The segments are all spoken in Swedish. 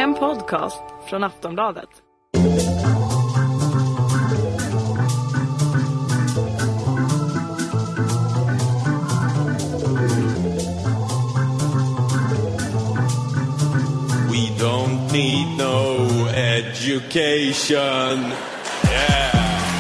En podcast från Aftonbladet. We don't need no education. Yeah.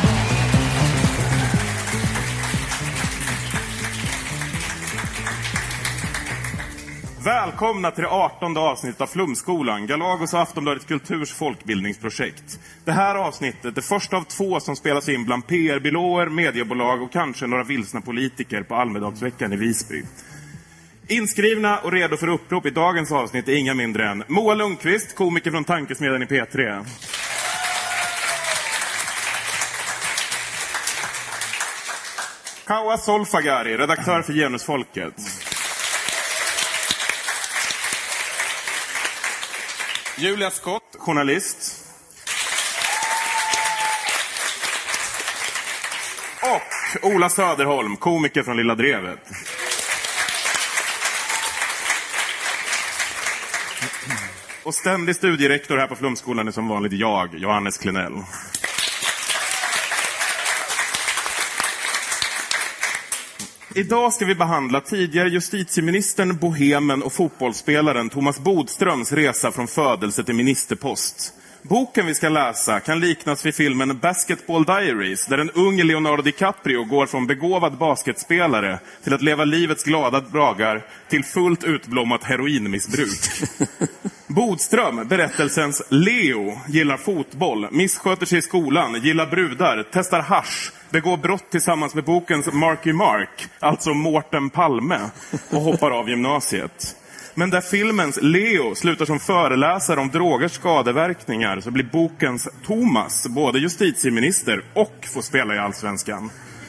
Välkomna till det 18:e avsnittet av Flumskolan, Galagos och Aftonbladet Kulturs folkbildningsprojekt. Det här avsnittet är första av 2 som spelas in bland PR-byråer, mediebolag och kanske några vilsna politiker på Almedagsveckan i Visby. Inskrivna och redo för upprop i dagens avsnitt är inga mindre än Moa Lundqvist, komiker från Tankesmedjan i P3. Kawa Solfagari, redaktör för Genusfolket. Julia Skott, journalist. Och Ola Söderholm, komiker från Lilla Drevet. Och ständig studierektor här på Flumskolan är som vanligt jag, Johannes Klenell. Idag ska vi behandla tidigare justitieministern, bohemen och fotbollsspelaren Thomas Bodströms resa från födelse till ministerpost. Boken vi ska läsa kan liknas vid filmen Basketball Diaries, där en ung Leonardo DiCaprio går från begåvad basketspelare till att leva livets glada dagar till fullt utblommat heroinmissbruk. Bodström, berättelsens Leo, gillar fotboll, missköter sig i skolan, gillar brudar, testar hasch, begår brott tillsammans med bokens Marky Mark, alltså Mårten Palme, och hoppar av gymnasiet. Men där filmens Leo slutar som föreläsare om drogers skadeverkningar så blir bokens Thomas både justitieminister och får spela i Allsvenskan.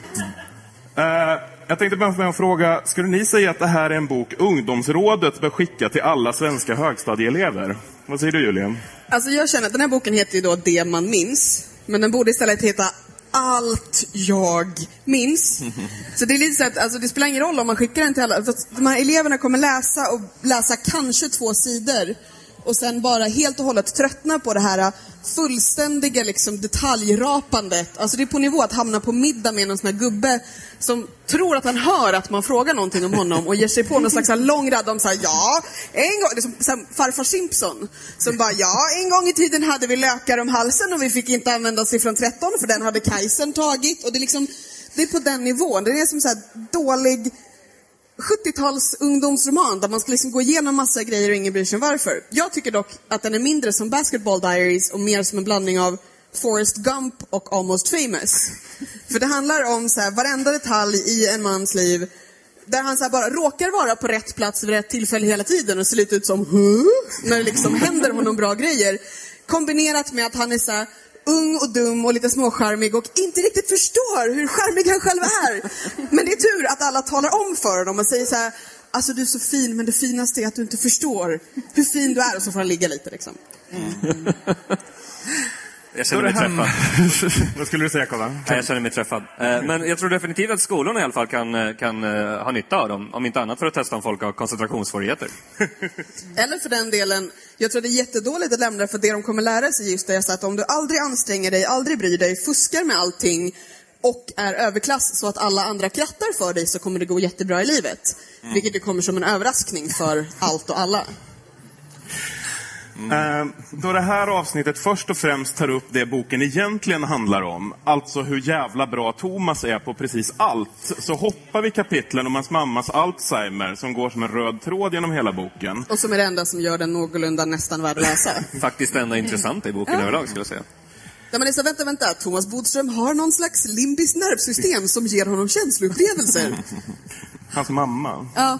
Jag tänkte börja med att fråga, skulle ni säga att det här är en bok Ungdomsrådet bör skicka till alla svenska högstadieelever? Vad säger du, Julia? Alltså jag känner att den här boken heter ju då Det man minns, men den borde istället heta Allt jag minns. Så det är lite så att alltså, det spelar ingen roll om man skickar den till alla. För de här eleverna kommer läsa kanske 2 sidor och sen bara helt och hållet tröttna på det här fullständiga liksom detaljrapandet. Alltså det är på nivå att hamna på middag med någon sån här gubbe som tror att han hör att man frågar någonting om honom och ger sig på någon slags lång rad om så här, ja, en gång, det är som så här, farfar Simpson som bara, ja, en gång i tiden hade vi lökar om halsen och vi fick inte använda siffran 13 för den hade Kajsen tagit. Och det är liksom, det är på den nivån. Det är som så här dålig 70-tals ungdomsroman där man ska liksom gå igenom massa grejer och ingen bryr sig om varför. Jag tycker dock att den är mindre som Basketball Diaries och mer som en blandning av Forrest Gump och Almost Famous. För det handlar om så här, varenda detalj i en mans liv där han så här, bara råkar vara på rätt plats vid rätt tillfälle hela tiden och ser lite ut som när det liksom händer honom bra grejer. Kombinerat med att han är så här ung och dum och lite småskärmig och inte riktigt förstår hur skärmig han själv är. Men det är tur att alla talar om för honom och säger så här, alltså du är så fin men det finaste är att du inte förstår hur fin du är, och så får han ligga lite liksom. Jag känner mig träffad. Vad skulle du säga, Kolla? Jag känner mig träffad. Men jag tror definitivt att skolorna i alla fall kan ha nytta av dem. Om inte annat för att testa om folk har koncentrationssvårigheter. Eller för den delen, jag tror det är jättedåligt att lämna, för det de kommer lära sig just det är så att om du aldrig anstränger dig, aldrig bryr dig, fuskar med allting och är överklass så att alla andra krattar för dig, så kommer det gå jättebra i livet. Vilket det kommer som en överraskning för allt och alla. Då det här avsnittet först och främst tar upp det boken egentligen handlar om, alltså hur jävla bra Thomas är på precis allt, så hoppar vi kapitlen om hans mammas Alzheimer som går som en röd tråd genom hela boken. Och som är det enda som gör den någorlunda nästan värd att läsa. Faktiskt det enda intressanta i boken överlag, skulle jag säga. Där man är så, vänta, Thomas Bodström har någon slags limbiskt nervsystem som ger honom känsloupplevelser. Hans mamma. Ja.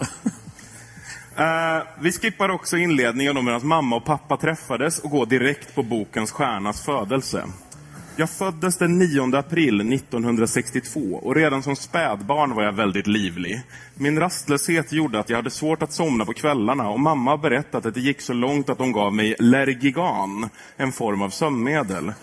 Vi skippar också inledningen om hur hans mamma och pappa träffades och går direkt på bokens stjärnas födelse. Jag föddes den 9 april 1962 och redan som spädbarn var jag väldigt livlig. Min rastlöshet gjorde att jag hade svårt att somna på kvällarna och mamma har berättat att det gick så långt att hon gav mig Lergigan, en form av sömnmedel.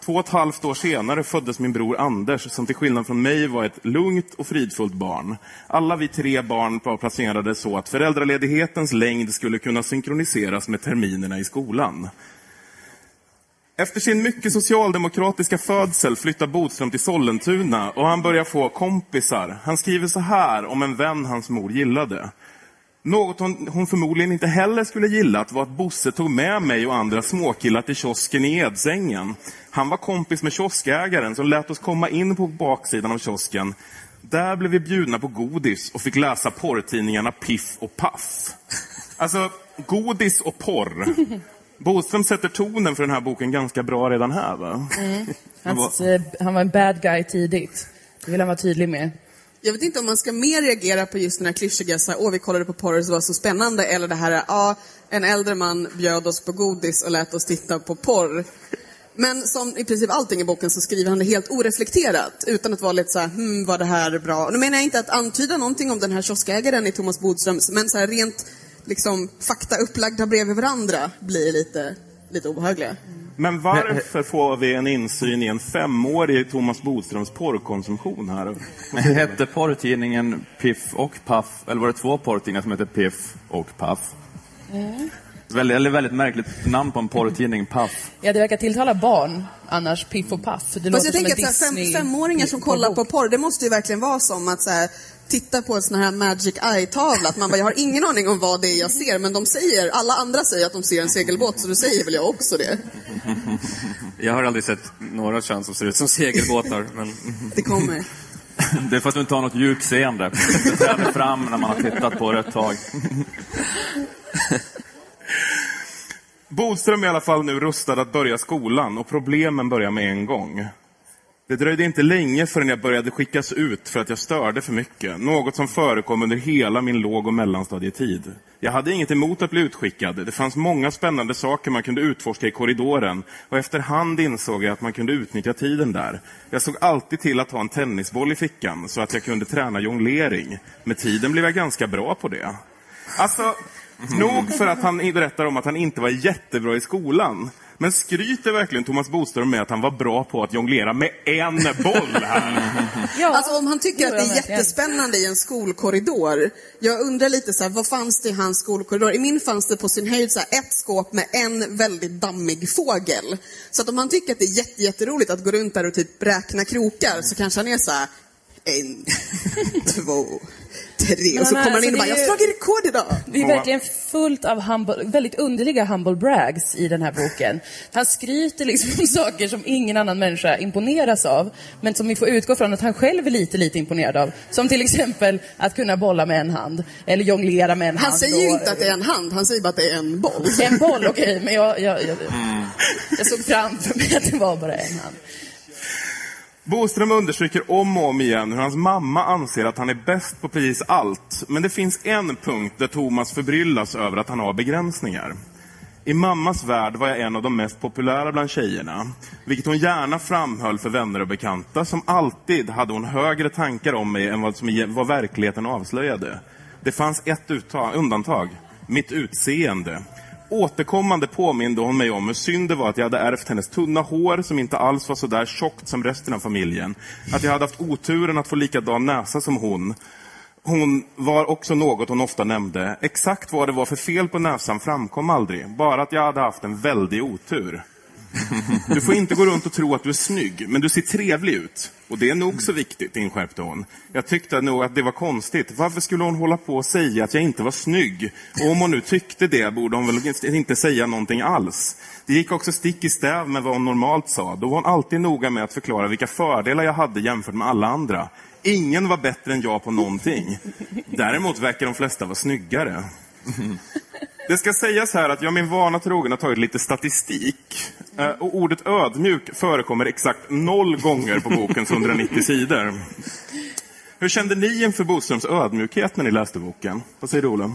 2,5 år senare föddes min bror Anders, som till skillnad från mig var ett lugnt och fridfullt barn. Alla vi 3 barn var placerade så att föräldraledighetens längd skulle kunna synkroniseras med terminerna i skolan. Efter sin mycket socialdemokratiska födsel flyttar Bodström till Sollentuna och han börjar få kompisar. Han skriver så här om en vän hans mor gillade. Något hon förmodligen inte heller skulle gillat var att Bosse tog med mig och andra småkillar till kiosken i Edsängen. Han var kompis med kioskägaren som lät oss komma in på baksidan av kiosken. Där blev vi bjudna på godis och fick läsa porrtidningarna Piff och Paff. Alltså, godis och porr. Bodström sätter tonen för den här boken ganska bra redan här, va? Han var en bad guy tidigt. Det vill han vara tydlig med. Jag vet inte om man ska mer reagera på just den här klyschiga så här, vi kollade på porr så var så spännande, eller det här, en äldre man bjöd oss på godis och lät oss titta på porr. Men som i princip allting i boken så skriver han det helt oreflekterat, utan att vara lite så här, var det här bra? Och nu menar jag inte att antyda någonting om den här kioskägaren i Thomas Bodströms, men så här rent liksom fakta upplagda bredvid varandra blir lite obehagliga. Men varför får vi en insyn i en 5-årig Thomas Bodströms porrkonsumtion här? Hette porrtidningen Piff och Paff, eller var det 2 porrtidningar som hette Piff och Paff? Väldigt märkligt namn på en porrtidning, Paff. Ja, det verkar tilltala barn, annars Piff och Paff. Det fast jag tänker att 5-åringar som kollar på porr, det måste ju verkligen vara som att så här, titta på en sån här Magic Eye-tavla. Att man bara, jag har ingen aning om vad det är jag ser, men alla andra säger att de ser en segelbåt, så då säger väl jag också det. Jag har aldrig sett några kön som ser ut som segelbåtar, men... Det kommer. Det är för att du inte har något djupseende. Det träder fram när man har tittat på det ett tag. Bodström är i alla fall nu rustad att börja skolan och problemen börjar med en gång. Det dröjde inte länge förrän jag började skickas ut för att jag störde för mycket. Något som förekom under hela min låg- och mellanstadietid. Jag hade inget emot att bli utskickad. Det fanns många spännande saker man kunde utforska i korridoren. Och efterhand insåg jag att man kunde utnyttja tiden där. Jag såg alltid till att ha en tennisboll i fickan så att jag kunde träna jonglering. Med tiden blev jag ganska bra på det. Alltså, nog för att han berättar om att han inte var jättebra i skolan. Men skryter verkligen Thomas Bodström med att han var bra på att jonglera med en boll här? Ja. Alltså om han tycker att det är jättespännande i en skolkorridor. Jag undrar lite så här, vad fanns det i hans skolkorridor? I min fanns det på sin höjd så här, ett skåp med en väldigt dammig fågel. Så att om han tycker att det är jätteroligt att gå runt där och typ räkna krokar, så kanske han är så här, 1, 2, 3. Och så kommer han in och bara, jag slagit rekord idag. Det är verkligen fullt av väldigt underliga humble brags i den här boken. Han skryter liksom om saker som ingen annan människa imponeras av, men som vi får utgå från att han själv är lite imponerad av. Som till exempel att kunna bolla med en hand, eller jonglera med en hand. Han säger ju inte att det är en hand, han säger bara att det är en boll. En boll, okej, men jag såg framför mig att det var bara en hand. Bodström understryker om och om igen hur hans mamma anser att han är bäst på precis allt. Men det finns en punkt där Thomas förbryllas över att han har begränsningar. I mammas värld var jag en av de mest populära bland tjejerna. Vilket hon gärna framhöll för vänner och bekanta. Som alltid hade hon högre tankar om mig än vad verkligheten avslöjade. Det fanns ett undantag. Mitt utseende. Återkommande påminde hon mig om hur synd det var att jag hade ärvt hennes tunna hår som inte alls var så där tjockt som resten av familjen. Att jag hade haft oturen att få likadan näsa som hon. Hon var också något hon ofta nämnde. Exakt vad det var för fel på näsan framkom aldrig. Bara att jag hade haft en väldig otur. Du får inte gå runt och tro att du är snygg, men du ser trevlig ut. Och det är nog så viktigt, inskärpte hon. Jag tyckte nog att det var konstigt. Varför skulle hon hålla på och säga att jag inte var snygg? Och om hon nu tyckte det borde hon väl inte säga någonting alls. Det gick också stick i stäv med vad hon normalt sa. Då var hon alltid noga med att förklara vilka fördelar jag hade jämfört med alla andra. Ingen var bättre än jag på någonting. Däremot verkar de flesta vara snyggare. Det ska sägas här att jag min vana trogen har tagit lite statistik. Och ordet ödmjuk förekommer exakt 0 gånger på bokens 190 sidor. Hur kände ni inför Bodströms ödmjukhet när ni läste boken? Vad säger du, Ola?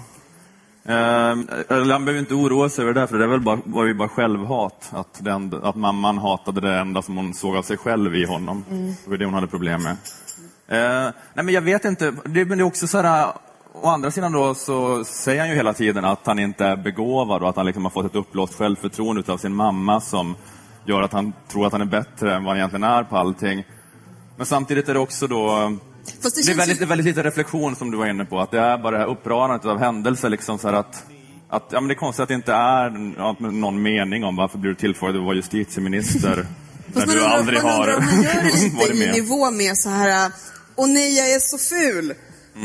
Han behöver inte oroa sig över det, för det var ju bara självhat. Att mamman hatade det enda som hon såg av sig själv i honom. Det var det hon hade problem med. Nej, men jag vet inte. Det är också så här... Å andra sidan då så säger han ju hela tiden att han inte är begåvad och att han liksom har fått ett uppblåst självförtroende av sin mamma som gör att han tror att han är bättre än vad han egentligen är på allting. Men samtidigt är det också då... Det är väldigt lite reflektion som du var inne på. Att det är bara det här uppradandet av händelser. Liksom så här att ja, men det är konstigt att det inte är någon mening om varför blir du tillfrågad att vara justitieminister när du aldrig har varit med. Man gör det lite i nivå med så här... Åh nej, jag är så ful.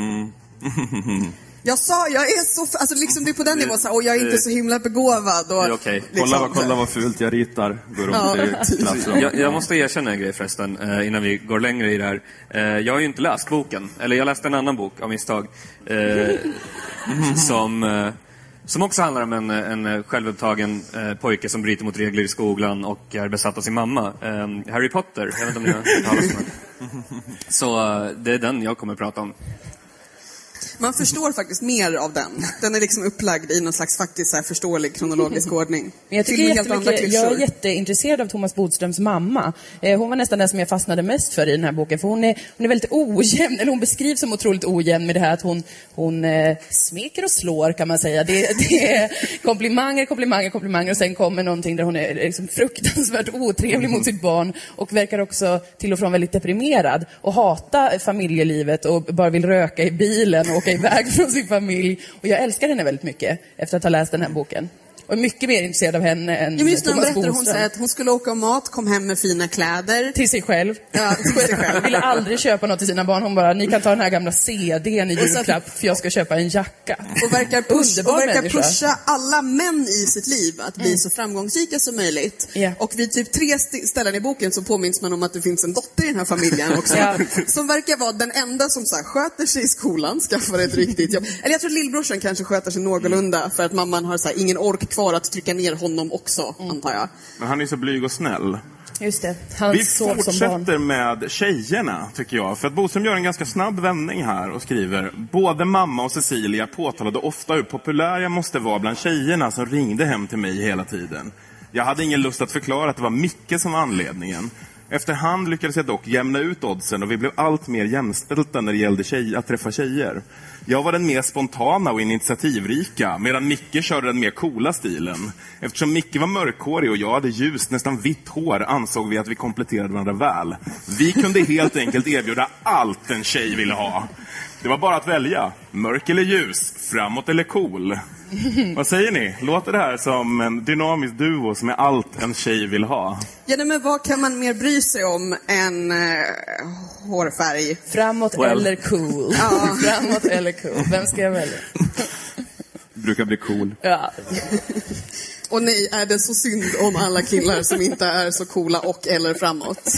Jag sa, jag är så... Alltså liksom det är på den nivån så här, och jag är inte så himla begåvad. Och, okay. Liksom, kolla vad fult jag ritar. Jag måste erkänna en grej förresten, innan vi går längre i det här. Jag har ju inte läst boken. Eller jag läste en annan bok av misstag. Som också handlar om en självupptagen pojke som bryter mot regler i skolan och är besatt av sin mamma. Harry Potter, jag vet inte om ni har hört talas om det. Så det är den jag kommer att prata om. Man förstår faktiskt mer av den. Den är liksom upplagd i någon slags faktiskt så här förståelig kronologisk ordning. Men jag tycker jag är jätteintresserad av Thomas Bodströms mamma. Hon var nästan den som jag fastnade mest för i den här boken. För hon är väldigt ojämn, eller hon beskrivs som otroligt ojämn med det här att hon smeker och slår, kan man säga. Det är komplimanger och sen kommer någonting där hon är liksom fruktansvärt otrevlig mot sitt barn och verkar också till och från väldigt deprimerad och hata familjelivet och bara vill röka i bilen och åka iväg från sin familj. Och jag älskar henne väldigt mycket efter att ha läst den här boken. Och är mycket mer intresserad av henne än Thomas Bodström. Hon säger att hon skulle åka om mat, kom hem med fina kläder. Till sig själv. Ja, till sig själv. Hon ville aldrig köpa något till sina barn. Hon bara, ni kan ta den här gamla CD:n i julklapp för jag ska köpa en jacka. Och verkar pusha alla män i sitt liv att bli så framgångsrika som möjligt. Yeah. Och vid typ 3 ställen i boken så påminns man om att det finns en dotter i den här familjen också. Som verkar vara den enda som så här, sköter sig i skolan, skaffar ett riktigt jobb. Eller jag tror lillbrorsan kanske sköter sig någorlunda för att mamman har så här, ingen ork kvar att trycka ner honom också, antar jag. Men han är så blyg och snäll. Just det. Vi fortsätter med tjejerna, tycker jag. För att Bodström gör en ganska snabb vändning här och skriver: både mamma och Cecilia påtalade ofta hur populär jag måste vara bland tjejerna som ringde hem till mig hela tiden. Jag hade ingen lust att förklara att det var Micke som var anledningen. Efterhand lyckades jag dock jämna ut oddsen och vi blev allt mer jämställda när det gällde att träffa tjejer. Jag var den mer spontana och initiativrika, medan Micke körde den mer coola stilen. Eftersom Micke var mörkhårig och jag hade ljust, nästan vitt hår, ansåg vi att vi kompletterade varandra väl. Vi kunde helt enkelt erbjuda allt en tjej ville ha. Det var bara att välja. Mörk eller ljus, framåt eller cool. Vad säger ni? Låter det här som en dynamisk duo som är allt en tjej vill ha? Ja, men vad kan man mer bry sig om än hårfärg? Framåt eller cool. Ja. Framåt eller cool. Vem ska jag välja? Brukar bli cool. Ja. Och nej, är det så synd om alla killar som inte är så coola och eller framåt?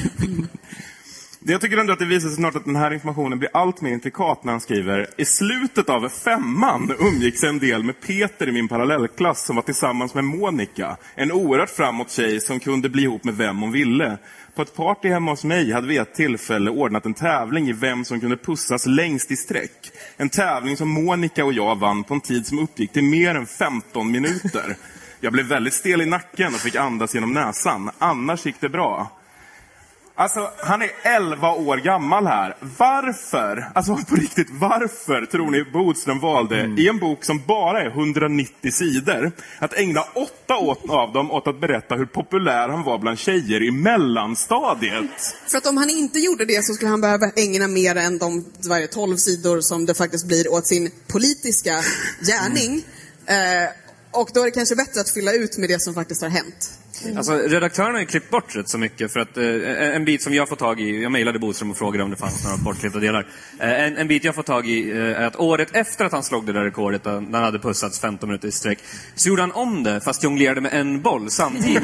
Jag tycker ändå att det visar sig snart att den här informationen blir allt mer intrikat när han skriver: i slutet av 5:an umgicks en del med Peter i min parallellklass som var tillsammans med Monica, en oerhört framåt tjej som kunde bli ihop med vem hon ville. På ett party hemma hos mig hade vi ett tillfälle ordnat en tävling i vem som kunde pussas längst i sträck. En tävling som Monica och jag vann på en tid som uppgick till mer än 15 minuter. Jag blev väldigt stel i nacken och fick andas genom näsan. Annars gick det bra. Alltså, han är 11 år gammal här. Varför, alltså på riktigt, varför tror ni Bodström valde i en bok som bara är 190 sidor att ägna 8 av dem åt att berätta hur populär han var bland tjejer i mellanstadiet? För att om han inte gjorde det så skulle han behöva ägna mer än de 12 sidor som det faktiskt blir åt sin politiska gärning. Och då är det kanske bättre att fylla ut med det som faktiskt har hänt. Alltså, redaktören har ju klippt bort rätt så mycket för att en bit som jag får tag i, jag mejlade Bodström och frågade om det fanns några bortklippta delar. En bit jag får tag i är att året efter att han slog det där rekordet, när han hade pussats 15 minuter i sträck, så gjorde han om det fast jonglerade med en boll samtidigt.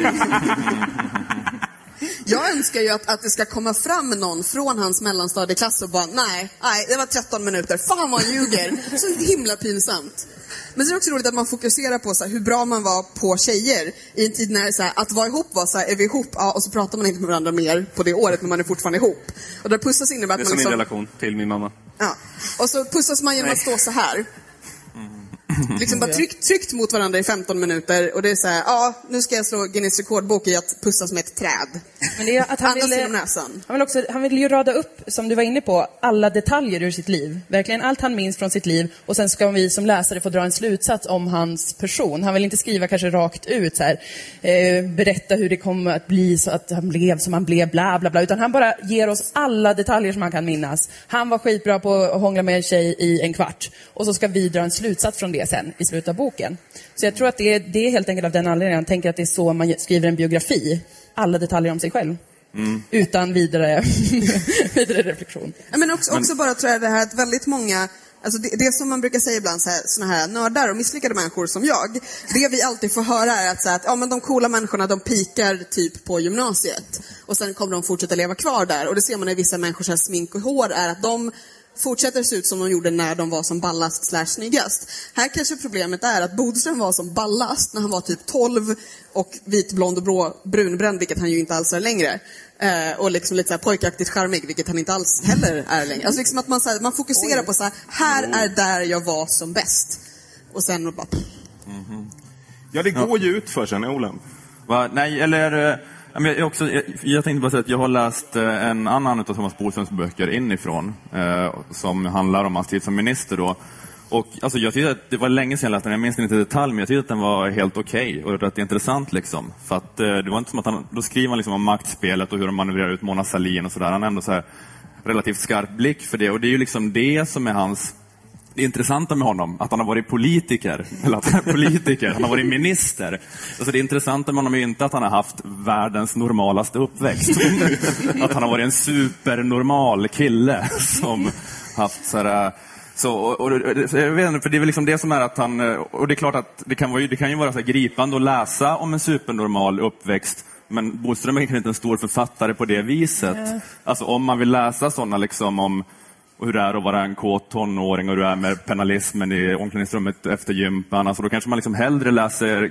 Jag önskar ju att det ska komma fram någon från hans mellanstadieklass och bara, nej, det var 13 minuter, fan vad han ljuger. Så himla pinsamt. Men det är också roligt att man fokuserar på så här, hur bra man var på tjejer i en tid när så här, att vara ihop var så här, är vi ihop? Ja, och så pratar man inte med varandra mer på det året, men man är fortfarande ihop. Och där pussas innebär att det är man som liksom... min relation till min mamma. Ja, och så pussas man genom att stå så här. Liksom bara tryckt mot varandra i 15 minuter och det är så här, ja, nu ska jag slå Guinness rekordbok i att pussas med ett träd. Men det är att han vill ju rada upp, som du var inne på, alla detaljer ur sitt liv. Verkligen allt han minns från sitt liv. Och sen ska vi som läsare få dra en slutsats om hans person. Han vill inte skriva kanske rakt ut så här, berätta hur det kommer att bli så att han blev som han blev, bla bla bla. Utan han bara ger oss alla detaljer som man kan minnas. Han var skitbra på att hångla med en tjej i en kvart. Och så ska vi dra en slutsats från det sen i slutet av boken. Så jag tror att det är helt enkelt av den anledningen. Jag tänker att det är så man skriver en biografi. Alla detaljer om sig själv. Utan vidare reflektion. Men också bara tror jag det här att väldigt många, alltså det som man brukar säga ibland, såna här nördar och misslyckade människor som jag, det vi alltid får höra är att, så här, att ja, men de coola människorna, de pikar typ på gymnasiet och sen kommer de fortsätta leva kvar där. Och det ser man i vissa människors här smink och hår är att de fortsätter se ut som de gjorde när de var som ballast / snyggast. Här kanske problemet är att Bodström var som ballast när han var typ 12 och vitblond och brunbränd, vilket han ju inte alls är längre. Och liksom lite så här pojkaktigt charmig, vilket han inte alls heller är längre. Alltså liksom att man fokuserar på så här är där jag var som bäst. Och sen bara... Ja, det går ju ut för sen, Olen. Nej, eller... Jag tänkte bara säga att jag har läst en annan av Thomas Bodströms böcker inifrån som handlar om hans tid som minister då. Och alltså, jag tyckte att det var länge sedan jag läste den, jag minns inte i detalj, men jag tyckte att den var helt okej och rätt intressant liksom. För att det var inte som att då skriver han liksom om maktspelet och hur de manövrerar ut Mona Sahlin och sådär. Han har ändå så här relativt skarp blick för det, och det är ju liksom det som är hans... Det intressanta med honom, att han har varit politiker, eller att han är politiker, han har varit minister. Alltså det intressanta med honom är inte att han har haft världens normalaste uppväxt. Att han har varit en supernormal kille som haft sådär... Så jag vet inte, för det är väl liksom det som är att han... Och det är klart att det kan ju vara så här gripande att läsa om en supernormal uppväxt. Men Bodström är kanske inte en stor författare på det viset. Alltså om man vill läsa sådana liksom om... Och hur det är att vara en kåt tonåring och hur det är med penalismen i omklädningsrummet efter gympan. Alltså då kanske man liksom hellre läser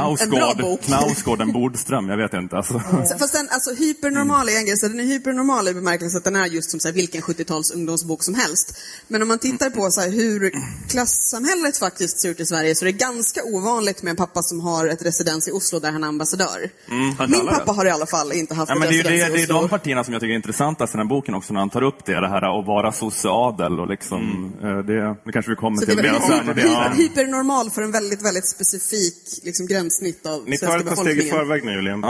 Knausgård än Bodström, jag vet inte. Alltså. Fast den, alltså hypernormal är en grej, så den är hypernormal i bemärkelsen att den är just som så här, vilken 70-tals ungdomsbok som helst. Men om man tittar på så här, hur klassamhället faktiskt ser ut i Sverige, så är det ganska ovanligt med en pappa som har ett residens i Oslo där han är ambassadör. Min pappa har i alla fall inte haft ett residens i Oslo. Det är de partierna som jag tycker är intressantast i den här boken också, när han tar upp det här att vara adel och liksom det kanske vi kommer till mer sen. Hypernormal för en väldigt, väldigt specifik liksom, gränssnitt av ni tar ett par steg i förväg nu, Julian.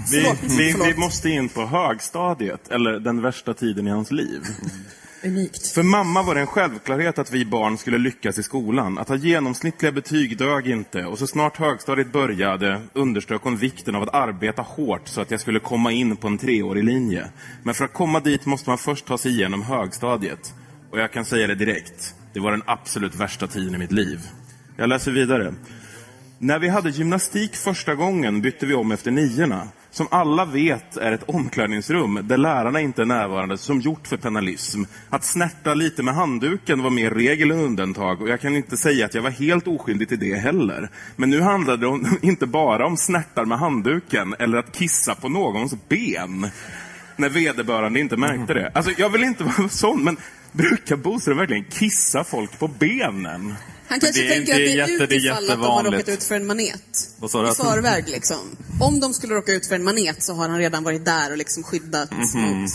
Vi måste in på högstadiet, eller den värsta tiden i hans liv. Unikt. För mamma var det en självklarhet att vi barn skulle lyckas i skolan. Att ha genomsnittliga betyg dög inte. Och så snart högstadiet började underströk hon vikten av att arbeta hårt så att jag skulle komma in på en 3-årig linje. Men för att komma dit måste man först ta sig igenom högstadiet. Och jag kan säga det direkt. Det var den absolut värsta tiden i mitt liv. Jag läser vidare. När vi hade gymnastik första gången bytte vi om efter 9:orna. Som alla vet är ett omklädningsrum där lärarna inte är närvarande, som gjort för penalism. Att snärta lite med handduken var mer regel än undantag, och jag kan inte säga att jag var helt oskyldig till det heller. Men nu handlade det inte bara om snärtar med handduken eller att kissa på någons ben när vederbörande inte märkte det. Alltså jag vill inte vara sån, men brukar Bodström verkligen kissa folk på benen? Han kanske tänker att det är utifall att de har råkat ut för en manet i förväg liksom. Om de skulle råka ut för en manet så har han redan varit där och liksom skyddat mot.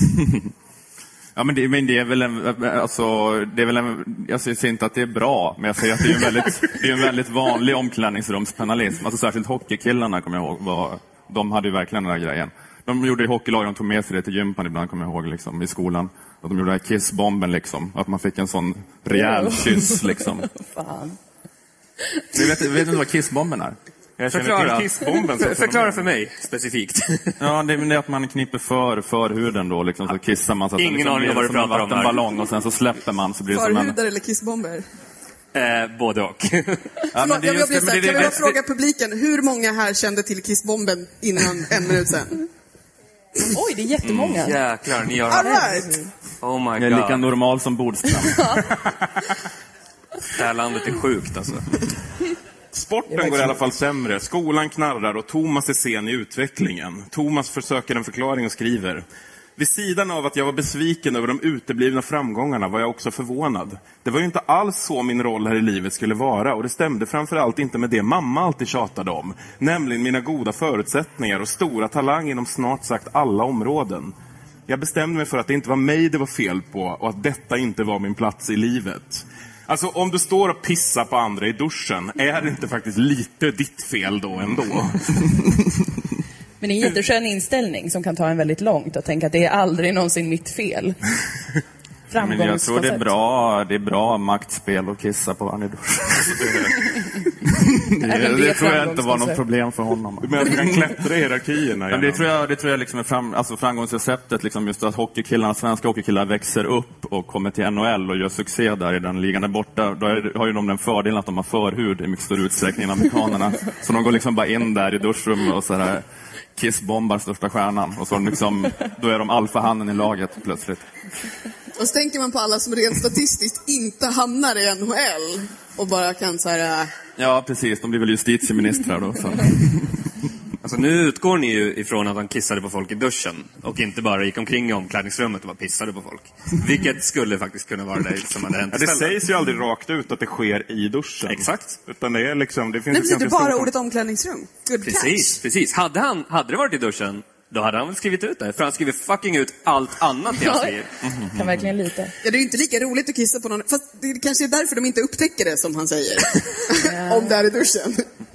Ja, men det är väl jag säger inte att det är bra, men jag säger att det är en väldigt vanlig omklädningsrumspenalism. Alltså särskilt hockeykillarna kommer jag ihåg, de hade ju verkligen den här grejen. De gjorde i hockeylag, de tog med sig det till gympan ibland, kommer jag ihåg, liksom, i skolan. Att de gjorde den här kissbomben, liksom. Att man fick en sån rejäl kyss, liksom. Fan. Vet inte vad kissbomben är? Förklara för mig, specifikt. Ja, det är att man kniper för huden då, liksom, så kissar man så att ingen aning om vad du pratar om en ballong och sen så släpper man, så blir det som en... Förhudar eller kissbomber? Både och. Kan vi fråga publiken, hur många här kände till kissbomben innan en minut sen? Oj, det är jättemånga. Jäklar, ni har... All right. Oh my God. Jag är lika normal som Bodström. Det här landet är sjukt, alltså. Sporten går i alla fall sämre. Skolan knarrar och Thomas är sen i utvecklingen. Thomas försöker en förklaring och skriver: Vid sidan av att jag var besviken över de uteblivna framgångarna var jag också förvånad. Det var ju inte alls så min roll här i livet skulle vara, och det stämde framförallt inte med det mamma alltid tjatade om, nämligen mina goda förutsättningar och stora talang inom snart sagt alla områden. Jag bestämde mig för att det inte var mig det var fel på och att detta inte var min plats i livet. Alltså om du står och pissar på andra i duschen, är det inte faktiskt lite ditt fel då ändå? Men det är en jätteskön inställning som kan ta en väldigt långt och tänka att det är aldrig någonsin mitt fel. Men jag tror det är bra maktspel och kissa på varandra i duschen. det tror jag inte var något problem för honom. Du menar att du kan klättra i hierarkierna? Men det tror jag liksom är framgångsreceptet, liksom just att svenska hockeykillar växer upp och kommer till NHL och gör succé där i den ligan där borta. Då har ju de den fördelen att de har förhud i mycket större utsträckning än amerikanerna. Så de går liksom bara in där i duschrummet och så här kissbombar största stjärnan. Och så liksom, då är de alfahanden i laget plötsligt. Och så tänker man på alla som rent statistiskt inte hamnar i NHL och bara kan så här... Ja, precis. De blir väl justitieministrar då. Så. Alltså nu utgår ni ju ifrån att han kissade på folk i duschen och inte bara gick omkring i omklädningsrummet och bara pissade på folk. Vilket skulle faktiskt kunna vara det som hade hänt. Ja, det sägs ju aldrig rakt ut att det sker i duschen. Exakt. Utan det är liksom... Det finns Nej, betyder bara ordet omklädningsrum. Good Precis. Hade det varit i duschen, då hade han väl skrivit ut det. För han skriver fucking ut allt annat jag säger. Kan verkligen lita. Ja, det är ju inte lika roligt att kissa på någon. Fast det kanske är därför de inte upptäcker det, som han säger. Om det är i duschen.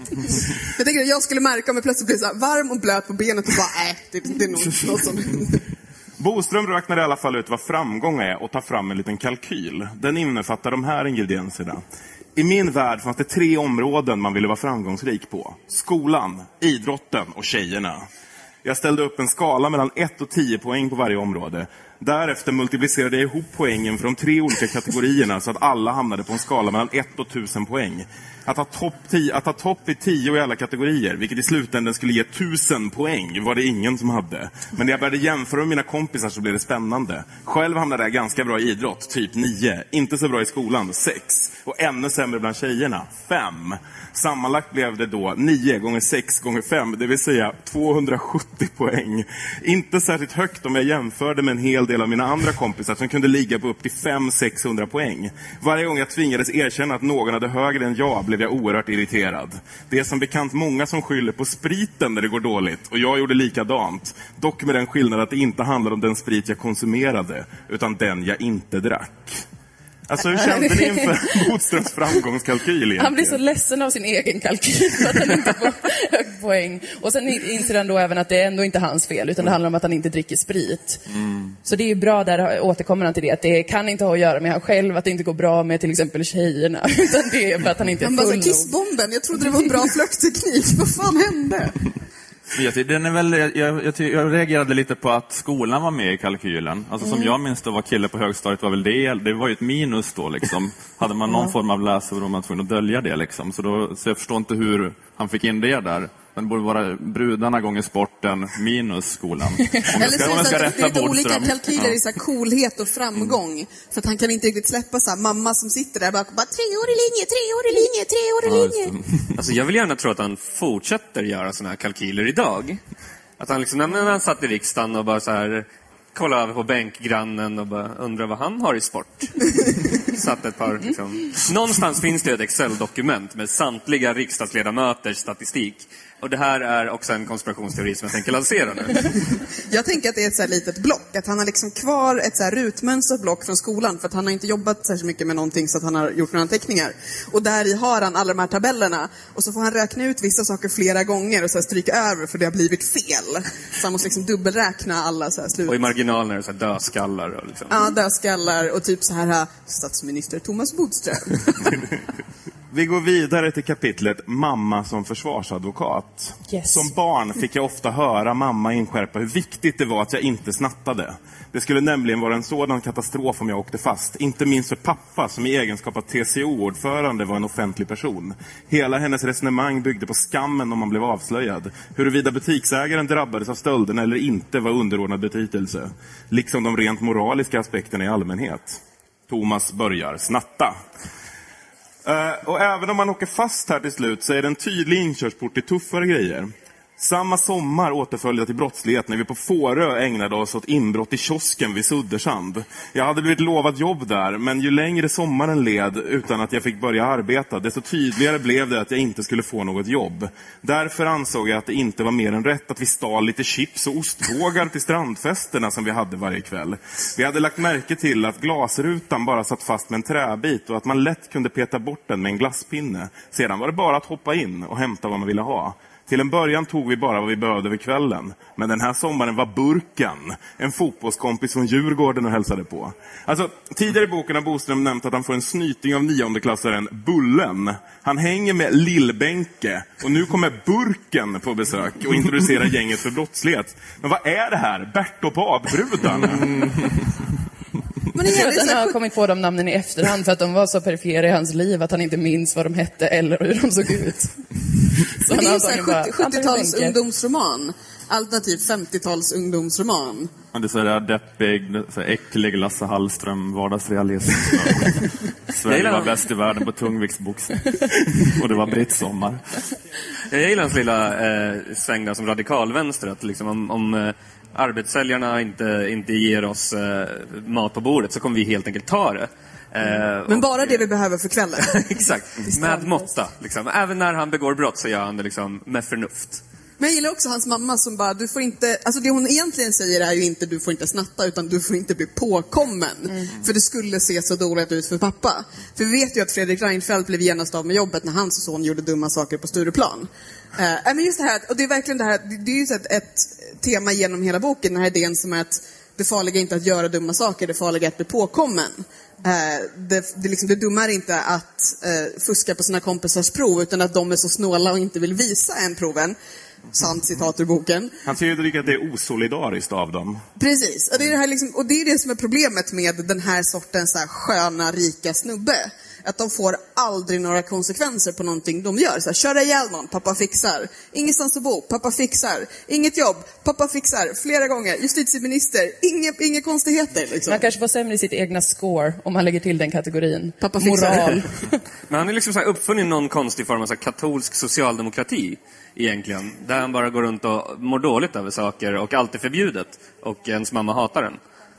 Jag tänker att jag skulle märka om jag plötsligt blir så här varm och blöt på benet och bara, det är något som... Boström räknar i alla fall ut vad framgång är och tar fram en liten kalkyl. Den innefattar de här ingredienserna. I min värld fanns det 3 områden man ville vara framgångsrik på. Skolan, idrotten och tjejerna. Jag ställde upp en skala mellan 1 och 10 poäng på varje område. Därefter multiplicerade jag ihop poängen för de 3 olika kategorierna så att alla hamnade på en skala mellan 1 och 1000 poäng. Att ha topp i 10 i alla kategorier, vilket i slutändan skulle ge 1000 poäng, var det ingen som hade. Men när jag började jämföra med mina kompisar så blev det spännande. Själv hamnade jag ganska bra i idrott, typ 9. Inte så bra i skolan, 6. Och ännu sämre bland tjejerna, 5. Sammanlagt blev det då 9 gånger 6 gånger 5, det vill säga 270 poäng. Inte särskilt högt om jag jämförde med en hel del av mina andra kompisar som kunde ligga på upp till 500-600 poäng. Varje gång jag tvingades erkänna att någon hade högre än jag blev jag oerhört irriterad. Det är som bekant många som skyller på spriten när det går dåligt, och jag gjorde likadant. Dock med den skillnad att det inte handlar om den sprit jag konsumerade, utan den jag inte drack. Alltså hur kände ni inför Bodströms framgångskalkyl egentligen? Han blir så ledsen av sin egen kalkyl för att han inte får hög poäng. Och sen inser han då även att det är ändå inte hans fel, utan det handlar om att han inte dricker sprit. Så det är ju bra, där återkommer han till det, att det kan inte ha att göra med han själv, att det inte går bra med till exempel tjejerna, utan det är för att han inte är full. Han bara, kissbomben, jag trodde det var en bra flörtteknik. Vad fan hände? Jag reagerade lite på att skolan var med i kalkylen. Alltså som jag minns, då var kille på högstadiet var väl det var ju ett minus då liksom. Hade man någon form av läsår var man tvungen att dölja det liksom. Så jag förstår inte hur han fick in det där. Men det borde vara brudarna gånger sporten minus skolan. Om jag ska rätta det är olika kalkyler i så här coolhet och framgång. För att han kan inte riktigt släppa så här, mamma som sitter där bara 3-årig linje. Alltså jag vill gärna tro att han fortsätter göra såna här kalkyler idag. Att han liksom, när han satt i riksdagen och bara så här kolla över på bänkgrannen och bara undra vad han har i sport. Satt ett par liksom. Någonstans finns det ett Excel-dokument med samtliga riksdagsledamöters statistik. Och det här är också en konspirationsteori som jag tänker lansera nu. Jag tänker att det är ett så här litet block. Att han har liksom kvar ett så här rutmönstrat block från skolan. För att han har inte jobbat särskilt mycket med någonting så att han har gjort några anteckningar. Och där i har han alla de här tabellerna. Och så får han räkna ut vissa saker flera gånger och så här stryka över för det har blivit fel. Så han måste liksom dubbelräkna alla så här slut. Och i marginalen är det så här dödskallar. Och liksom. Ja, dödskallar och typ så här statsminister Thomas Bodström. Vi går vidare till kapitlet Mamma som försvarsadvokat. Yes. Som barn fick jag ofta höra mamma inskärpa hur viktigt det var att jag inte snattade. Det skulle nämligen vara en sådan katastrof om jag åkte fast. Inte minst för pappa som i egenskap av TCO-ordförande var en offentlig person. Hela hennes resonemang byggde på skammen om man blev avslöjad. Huruvida butiksägaren drabbades av stölden eller inte var underordnad betydelse. Liksom de rent moraliska aspekterna i allmänhet. Thomas börjar snatta. Och även om man åker fast här till slut så är det en tydlig inkörsport till tuffare grejer. Samma sommar återföljde jag till brottslighet när vi på Fårö ägnade oss åt inbrott i kiosken vid Suddersand. Jag hade blivit lovad jobb där, men ju längre sommaren led utan att jag fick börja arbeta, desto tydligare blev det att jag inte skulle få något jobb. Därför ansåg jag att det inte var mer än rätt att vi stal lite chips och ostbågar till strandfesterna som vi hade varje kväll. Vi hade lagt märke till att glasrutan bara satt fast med en träbit och att man lätt kunde peta bort den med en glasspinne. Sedan var det bara att hoppa in och hämta vad man ville ha. Till en början tog vi bara vad vi behövde vid kvällen. Men den här sommaren var Burkan, en fotbollskompis från Djurgården, och hälsade på. Alltså, tidigare i boken har Boström nämnt att han får en snyting av 9:e-klassaren Bullen. Han hänger med Lillbänke och nu kommer Burken på besök och introducerar gänget för brottslighet. Men vad är det här? Bert och badbrudarna? Men Jag tror att han har kommit på de namnen i efterhand för att de var så perifera i hans liv att han inte minns vad de hette eller hur de såg ut. Så men det är han ju 70-tals ungdomsroman. Alternativt 50-tals ungdomsroman. Ja, det är så där deppig, så äcklig Lasse Hallström, vardagsrealism. Sverige var bäst i världen på tungviktsboxning. Och det var brittsommar. Jag gillar hans lilla sväng där som radikalvänster. Att liksom om arbetssäljarna inte ger oss mat på bordet så kommer vi helt enkelt ta det. Men bara det vi behöver för kvällen. Exakt, med måtta. Liksom. Även när han begår brott så gör han det liksom med förnuft. Men jag gillar också hans mamma som bara, du får inte, alltså det hon egentligen säger är ju inte du får inte snatta utan du får inte bli påkommen. För det skulle se så dåligt ut för pappa. För vi vet ju att Fredrik Reinfeldt blev genast av med jobbet när hans son gjorde dumma saker på Stureplan. Men just det här, och det är verkligen det här, det är ju så ett tema genom hela boken, den här idén som är att det farliga är inte att göra dumma saker, det farliga är att bli påkommen. Det dumma är inte att fuska på sina kompisars prov utan att de är så snåla och inte vill visa en proven. Sant citat ur boken. Han säger ju att det är osolidariskt av dem. Precis, och det är det här liksom, och det är det som är problemet med den här sortens så här sköna, rika snubbe. Att de får aldrig några konsekvenser på någonting de gör. Så här, köra ihjäl någon, pappa fixar. Ingenstans att bo, pappa fixar. Inget jobb, pappa fixar. Flera gånger, justitieminister, inga konstigheter liksom. Man kanske får sämre i sitt egna score om man lägger till den kategorin. Pappa fixar. Moral. Men han är liksom så här uppfunnit någon konstig form av så här katolsk socialdemokrati egentligen. Där han bara går runt och mår dåligt över saker och allt är förbjudet. Och ens mamma hatar den.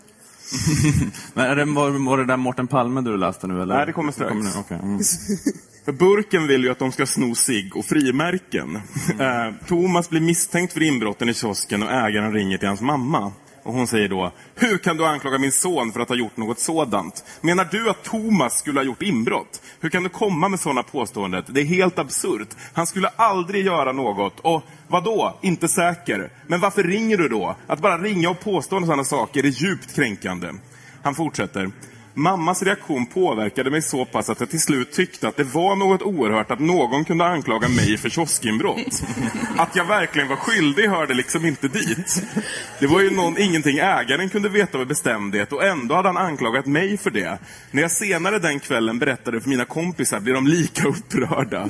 Men var det där Mårten Palme du läste nu eller? Nej, det kommer strax. Okay. För Burken vill ju att de ska sno sig och frimärken. Thomas blir misstänkt för inbrotten i kiosken och ägaren ringer till hans mamma. Och hon säger då, hur kan du anklaga min son för att ha gjort något sådant? Menar du att Thomas skulle ha gjort inbrott? Hur kan du komma med sådana påståendet? Det är helt absurt. Han skulle aldrig göra något. Och vadå? Inte säker. Men varför ringer du då? Att bara ringa och påstå sådana saker är djupt kränkande. Han fortsätter. Mammas reaktion påverkade mig så pass att jag till slut tyckte att det var något oerhört att någon kunde anklaga mig för kioskinbrott. Att jag verkligen var skyldig hörde liksom inte dit. Det var ju ingenting ägaren kunde veta med bestämdhet och ändå hade han anklagat mig för det. När jag senare den kvällen berättade för mina kompisar blev de lika upprörda.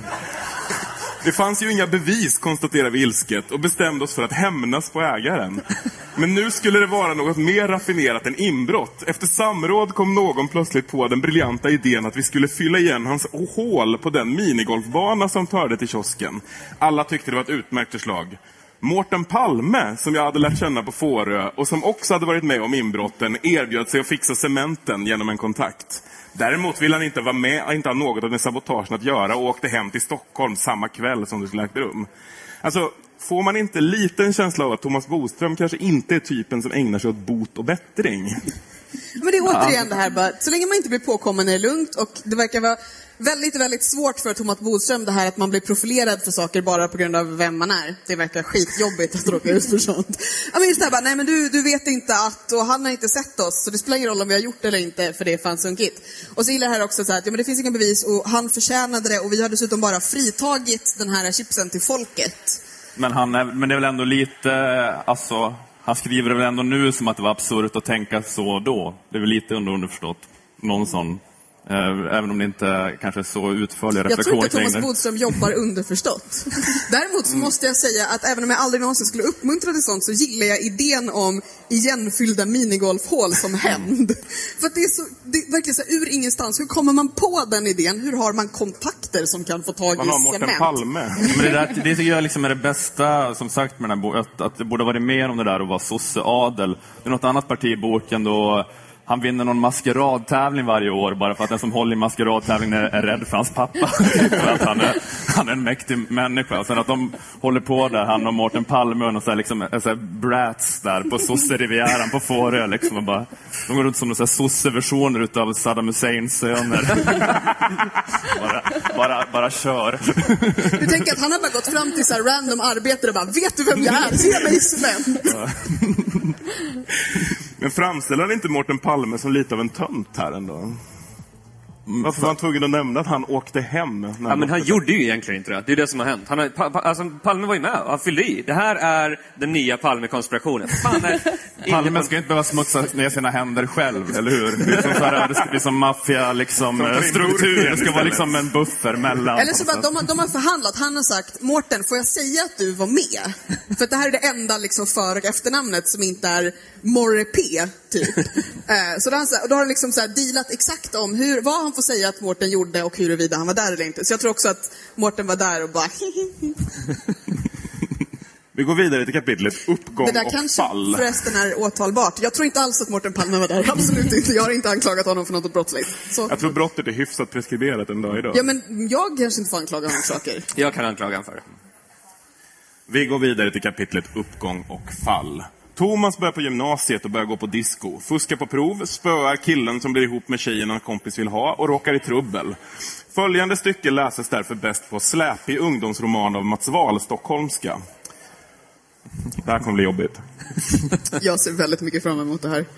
Det fanns ju inga bevis, konstaterade vi ilsket, och bestämde oss för att hämnas på ägaren. Men nu skulle det vara något mer raffinerat än inbrott. Efter samråd kom någon plötsligt på den briljanta idén att vi skulle fylla igen hans hål på den minigolfbana som törde till kiosken. Alla tyckte det var ett utmärkt förslag. Mårten Palme, som jag hade lärt känna på Fårö och som också hade varit med om inbrotten, erbjöd sig att fixa cementen genom en kontakt. Däremot ville han inte vara med, inte ha något med sabotagen att göra och åkte hem till Stockholm samma kväll som det skulle ägt rum. Alltså, får man inte lite en känsla av att Thomas Boström kanske inte är typen som ägnar sig åt bot och bättring? Men det är återigen det här bara, så länge man inte blir påkommen är det lugnt och det verkar vara väldigt, väldigt svårt för Thomas Bodström det här att man blir profilerad för saker bara på grund av vem man är. Det verkar skitjobbigt att råka ut för sånt. Ja, men just det här bara, nej men du vet inte att, och han har inte sett oss så det spelar ingen roll om vi har gjort det eller inte för det är fan sunkigt. Och så gillar det här också så här att ja, men det finns inga bevis och han förtjänade det och vi har dessutom bara fritagit den här chipsen till folket. Men det är väl ändå lite, alltså, han skriver det väl ändå nu som att det var absurt att tänka så då. Det är väl lite underförstått. Någon sån. Även om det inte kanske är så utförliga reflektioner. Jag tror inte Thomas Bodström jobbar underförstått. Däremot så måste jag säga att även om jag aldrig någonsin skulle uppmuntra till sånt så gillar jag idén om igenfyllda minigolfhål som hämnd. För att det är verkligen så här, ur ingenstans. Hur kommer man på den idén? Hur har man kontakt kommunister som kan få tag Man i har Mårten cement. Palme. Men det tycker jag liksom är det bästa, som sagt, med den här att det borde varit mer om det där att vara sosseadel. Det är något annat parti i boken då han vinner någon maskeradtävling varje år bara för att den som håller i maskeradtävlingen är rädd för hans pappa. För att han är en mäktig människa. Sen att de håller på där, han och Mårten Palme och så här, liksom, så här brats där på Sosse-rivieran på Fårö liksom, och bara, de går runt som några sosse-versioner utav Saddam Husseins söner. bara kör. Du tänker att han har bara gått fram till så här random arbetare och bara, vet du vem jag är? Ge mig cement! Men framställer inte Mårten Palme som lite av en tönt här ändå? Varför var han tvungen att nämna att han åkte hem? Ja, men han gjorde ju egentligen inte det. Det är det som har hänt. Han har, alltså, Palme var ju med. Han fyllde i. Det här är den nya Palme-konspirationen. Palme ska inte behöva smutsa ner sina händer själv, eller hur? Det ska bli som maffia, liksom, struktur. Det ska vara liksom en buffer mellan. Eller så bara, de har förhandlat. Han har sagt, Mårten, får jag säga att du var med? För att det här är det enda liksom för- och efternamnet som inte är Morre P, typ. Så då har han liksom så här dealat exakt om vad han får säga att Mårten gjorde och huruvida han var där eller inte. Så jag tror också att Mårten var där och bara Vi går vidare till kapitlet uppgång det där och kanske fall. förresten är åtalbart. Jag tror inte alls att Mårten Palme var där. Absolut inte. Jag har inte anklagat honom för något brottsligt. Så. Jag tror brottet är hyfsat preskriberat en dag idag. Ja, men jag kanske inte får anklaga honom för saker. Jag kan anklaga honom för det. Vi går vidare till kapitlet uppgång och fall. Thomas börjar på gymnasiet och börjar gå på disco. Fuskar på prov, spöar killen som blir ihop med tjejen en kompis vill ha och råkar i trubbel. Följande stycke läses därför bäst på släpig ungdomsroman av Mats Wahl, stockholmska. Det här kommer bli jobbigt. Jag ser väldigt mycket fram emot det här.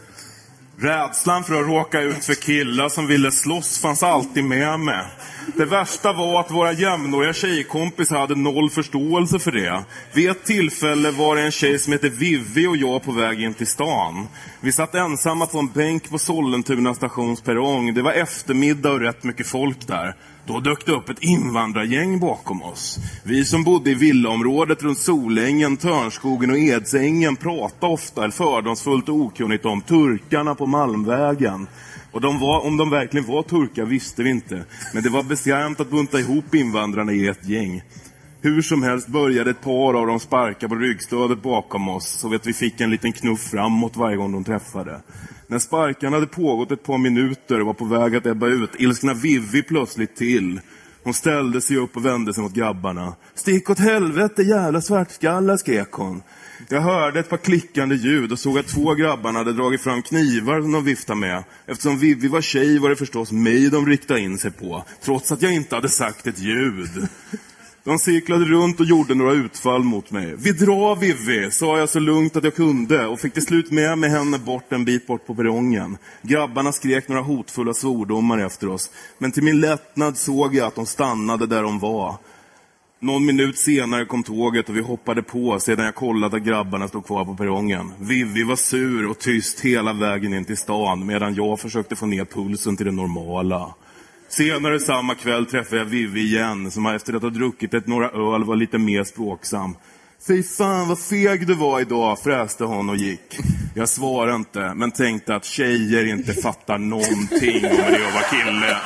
Rädslan för att råka ut för killar som ville slåss fanns alltid med mig. Det värsta var att våra jämnåriga tjejkompisar hade noll förståelse för det. Vid ett tillfälle var det en tjej som heter Vivi och jag på väg in till stan. Vi satt ensamma på en bänk på Sollentuna stationsperrong. Det var eftermiddag och rätt mycket folk där. Då dök det upp ett invandrargäng bakom oss. Vi som bodde i villaområdet runt Solängen, Törnskogen och Edsängen pratade ofta fördomsfullt och okunnigt om turkarna på Malmvägen. Och om de verkligen var turkar visste vi inte. Men det var bestämt att bunta ihop invandrarna i ett gäng. Hur som helst började ett par av dem sparka på ryggstödet bakom oss. Så vet vi fick en liten knuff framåt varje gång de träffade. När sparkarna hade pågått ett par minuter och var på väg att ebba ut, ilskna Vivi plötsligt till. Hon ställde sig upp och vände sig mot grabbarna. Stick åt helvete, jävla svartskallar, skrek hon. Jag hörde ett par klickande ljud och såg att två grabbarna hade dragit fram knivar som de viftade med. Eftersom Vivi var tjej var det förstås mig de riktade in sig på, trots att jag inte hade sagt ett ljud. De cirklade runt och gjorde några utfall mot mig. Vi drar, Vivi, sa jag så lugnt att jag kunde och fick till slut med henne bort en bit bort på perrongen. Grabbarna skrek några hotfulla svordomar efter oss, men till min lättnad såg jag att de stannade där de var. Någon minut senare kom tåget och vi hoppade på sedan jag kollat att grabbarna stod kvar på perrongen. Vivi var sur och tyst hela vägen in till stan medan jag försökte få ner pulsen till det normala. Senare samma kväll träffade jag Vivi igen, som efter att ha druckit några öl var lite mer språksam. Fy fan vad feg du var idag, fräste hon och gick. Jag svarade inte, men tänkte att tjejer inte fattar någonting om det att vara kille.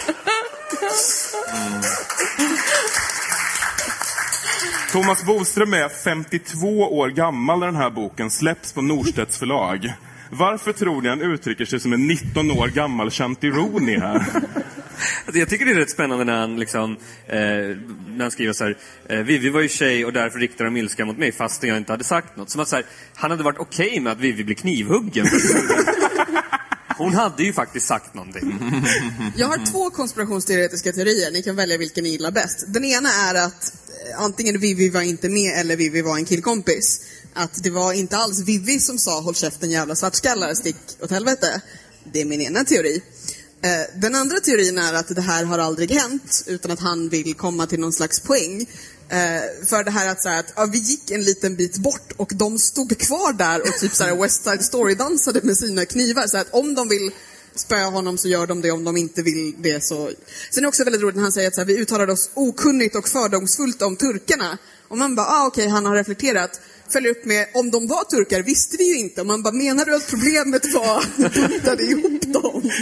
Thomas Bodström är 52 år gammal när den här boken släpps på Norstedts förlag. Varför tror ni han uttrycker sig som en 19 år gammal Chantironi här? Jag tycker det är rätt spännande när han liksom när han skriver så här: Vivi var ju tjej och därför riktade de ilska mot mig fastän jag inte hade sagt något. Som att så här, han hade varit okej med att Vivi blev knivhuggen. Hon hade ju faktiskt sagt någonting. Jag har 2 konspirationsteoretiska teorier. Ni kan välja vilken ni gillar bäst. Den ena är att antingen Vivi var inte med eller Vivi var en killkompis. Att det var inte alls Vivi som sa håll käften jävla svartskallar, stick åt helvete. Det är min ena teori. Den andra teorin är att det här har aldrig hänt utan att han vill komma till någon slags poäng. För det här att, så här, att vi gick en liten bit bort och de stod kvar där och typ så här West Side Story dansade med sina knivar. Så att om de vill spöa honom så gör de det, om de inte vill det så... Sen är det också väldigt roligt när han säger att så här, vi uttalade oss okunnigt och fördomsfullt om turkarna. Och man bara, okej, han har reflekterat. Följer upp med, om de var turkar visste vi ju inte. Och man bara, menar du att problemet var att de hittade ihop dem?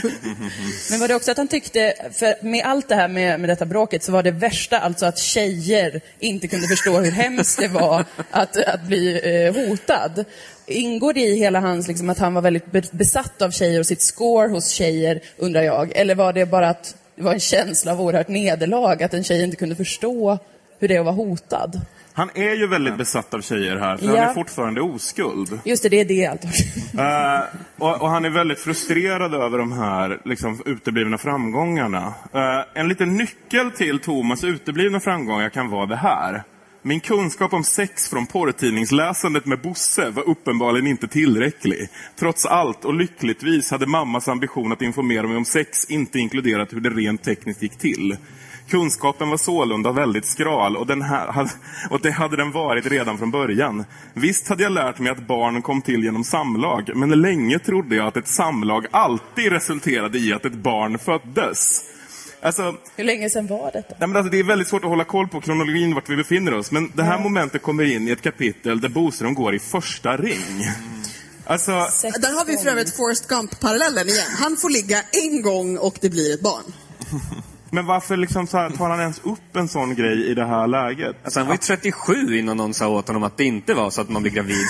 Men var det också att han tyckte, för med allt det här med detta bråket så var det värsta alltså att tjejer inte kunde förstå hur hemskt det var att bli hotad. Ingår det i hela hans, liksom, att han var väldigt besatt av tjejer och sitt score hos tjejer, undrar jag? Eller var det bara att det var en känsla av oerhört nederlag, att en tjej inte kunde förstå hur det är att vara hotad? Han är ju väldigt besatt av tjejer här, för han är fortfarande oskuld. Just det är allt. Och han är väldigt frustrerad över de här liksom, uteblivna framgångarna. En liten nyckel till Thomas uteblivna framgångar kan vara det här. Min kunskap om sex från porrtidningsläsandet med Bosse var uppenbarligen inte tillräcklig. Trots allt och lyckligtvis hade mammas ambition att informera mig om sex inte inkluderat hur det rent tekniskt gick till. Kunskapen var sålunda väldigt skral och det hade den varit redan från början. Visst hade jag lärt mig att barn kom till genom samlag, men länge trodde jag att ett samlag alltid resulterade i att ett barn föddes. Alltså, hur länge sedan var detta? Nej, men alltså, det är väldigt svårt att hålla koll på kronologin vart vi befinner oss. Men det här momentet kommer in i ett kapitel där Boström går i första ring. Alltså, där har vi för övrigt Forrest Gump-parallellen igen. Han får ligga en gång och det blir ett barn. Men varför liksom så här, tar han ens upp en sån grej i det här läget? Alltså, han var ju 37 innan någon sa åt honom att det inte var så att man blir gravid.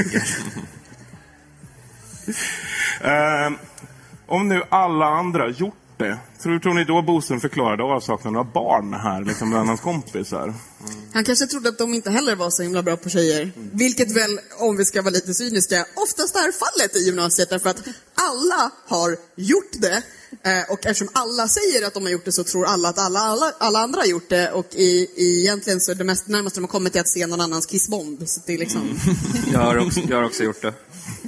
Om nu alla andra gjort det, tror ni då Boström förklarade avsaknaden av barn här, liksom bland hans kompisar? Han kanske trodde att de inte heller var så himla bra på tjejer. Vilket väl, om vi ska vara lite cyniska, oftast är fallet i gymnasiet. Därför att alla har gjort det. Och eftersom alla säger att de har gjort det så tror alla att alla andra har gjort det. Och egentligen så är det mest närmaste de har kommit till att se någon annans kissbomb. Så det är liksom... Jag har också gjort det.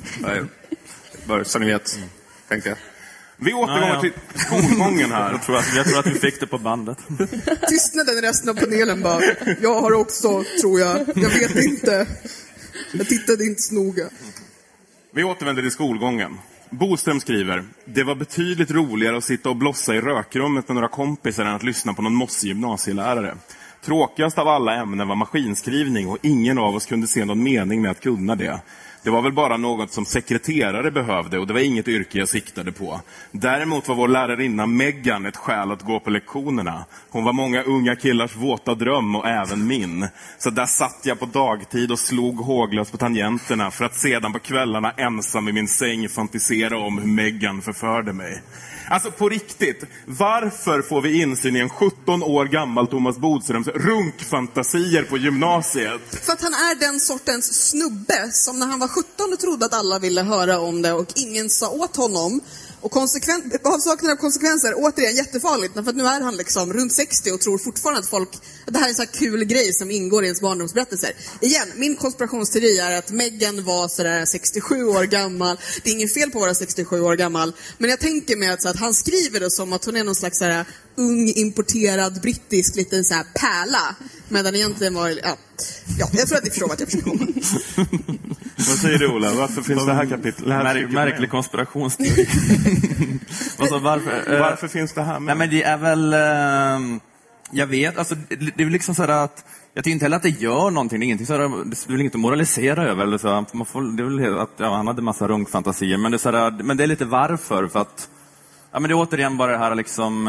Bara så ni vet, tänkte jag. Vi återgår till skolgången här. Jag tror att vi fick det på bandet. Tystnaden i resten av panelen bara, jag har också, tror jag. Jag vet inte. Jag tittade inte så noga. Vi återvänder till skolgången. Boström skriver: det var betydligt roligare att sitta och blossa i rökrummet med några kompisar än att lyssna på någon mossig gymnasielärare. Tråkigast av alla ämnen var maskinskrivning och ingen av oss kunde se någon mening med att kunna det. Det var väl bara något som sekreterare behövde och det var inget yrke jag siktade på. Däremot var vår lärarinna Megan ett skäl att gå på lektionerna. Hon var många unga killars våta dröm och även min. Så där satt jag på dagtid och slog håglöst på tangenterna för att sedan på kvällarna ensam i min säng fantisera om hur Megan förförde mig. Alltså på riktigt, varför får vi insyn i en 17 år gammal Thomas Bodströms runkfantasier på gymnasiet? För att han är den sortens snubbe som när han var 17 trodde att alla ville höra om det och ingen sa åt honom. Och avsaknad av konsekvenser, återigen jättefarligt. För att nu är han liksom runt 60 och tror fortfarande att att det här är en sån här kul grej som ingår i ens barndomsberättelser. Igen, min konspirationsteori är att Megan var sådär 67 år gammal. Det är ingen fel på att vara 67 år gammal. Men jag tänker mig att han skriver det som att hon är någon slags sådär ung, importerad, brittisk liten såhär pärla. Medan egentligen var... Ja, jag tror att ni förstår vad jag försöker komma. Vad säger du, Ola? Varför finns det här kapitlet? Märklig konspirationsteori. Alltså, varför finns det här med? Nej, men det är väl... jag vet, alltså, det är väl liksom så att... Jag tycker inte heller att det gör någonting. Det är ingenting så här, det är väl inget att moralisera över. Eller så. Man får, det är väl att han hade massa runkfantasier. Men det är, så här, men det är lite varför. För att... Ja, men det är återigen bara det här liksom...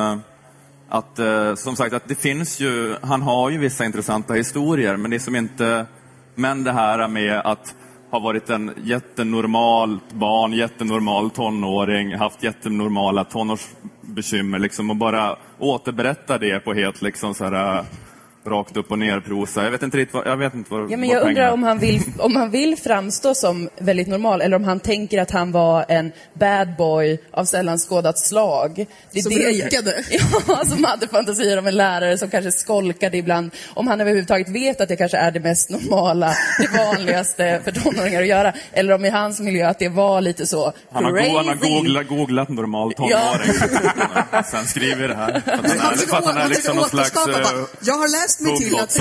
att som sagt att det finns ju, han har ju vissa intressanta historier, men det är som inte, men det här med att ha varit en jättenormalt barn, jättenormal tonåring, haft jättenormala tonårsbekymmer liksom, och bara återberätta det på helt liksom så här rakt upp och ner prosa. Jag vet inte riktigt vad ja, men jag undrar om han vill framstå som väldigt normal eller om han tänker att han var en bad boy av sällan skådat slag. Det är som rökade. Ja, som hade fantasier om en lärare som kanske skolkade ibland. Om han överhuvudtaget vet att det kanske är det mest normala, det vanligaste för tonåringar att göra. Eller om i hans miljö att det var lite så han har googlat normal tonåring. Ja. Sen skriver det här. För att han är liksom någon slags... Jag har läst mig till att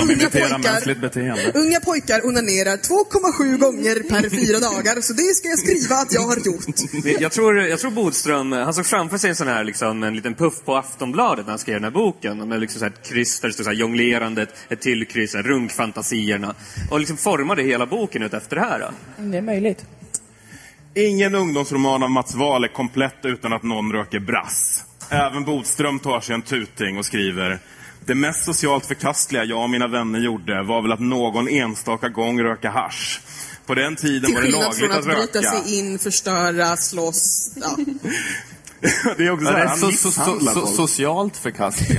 unga pojkar onanerar 2,7 gånger per 4 dagar. Så det ska jag skriva att jag har gjort. Jag tror Bodström, han såg framför sig en sån här liksom, en liten puff på Aftonbladet när han skrev den här boken. Med liksom så här ett kryss där det stod så här jonglerandet, ett till kryss, runkfantasierna. Och liksom formade hela boken ut efter det här. Då. Det är möjligt. Ingen ungdomsroman av Mats Wahl är komplett utan att någon röker brass. Även Bodström tar sig en tuting och skriver: det mest socialt förkastliga jag och mina vänner gjorde var väl att någon enstaka gång röka hasch. På den tiden var det lagligt att röka. Bryta sig in, förstöra, slåss. Ja. Det är också så här, han misshandlar folk. Socialt förkastliga.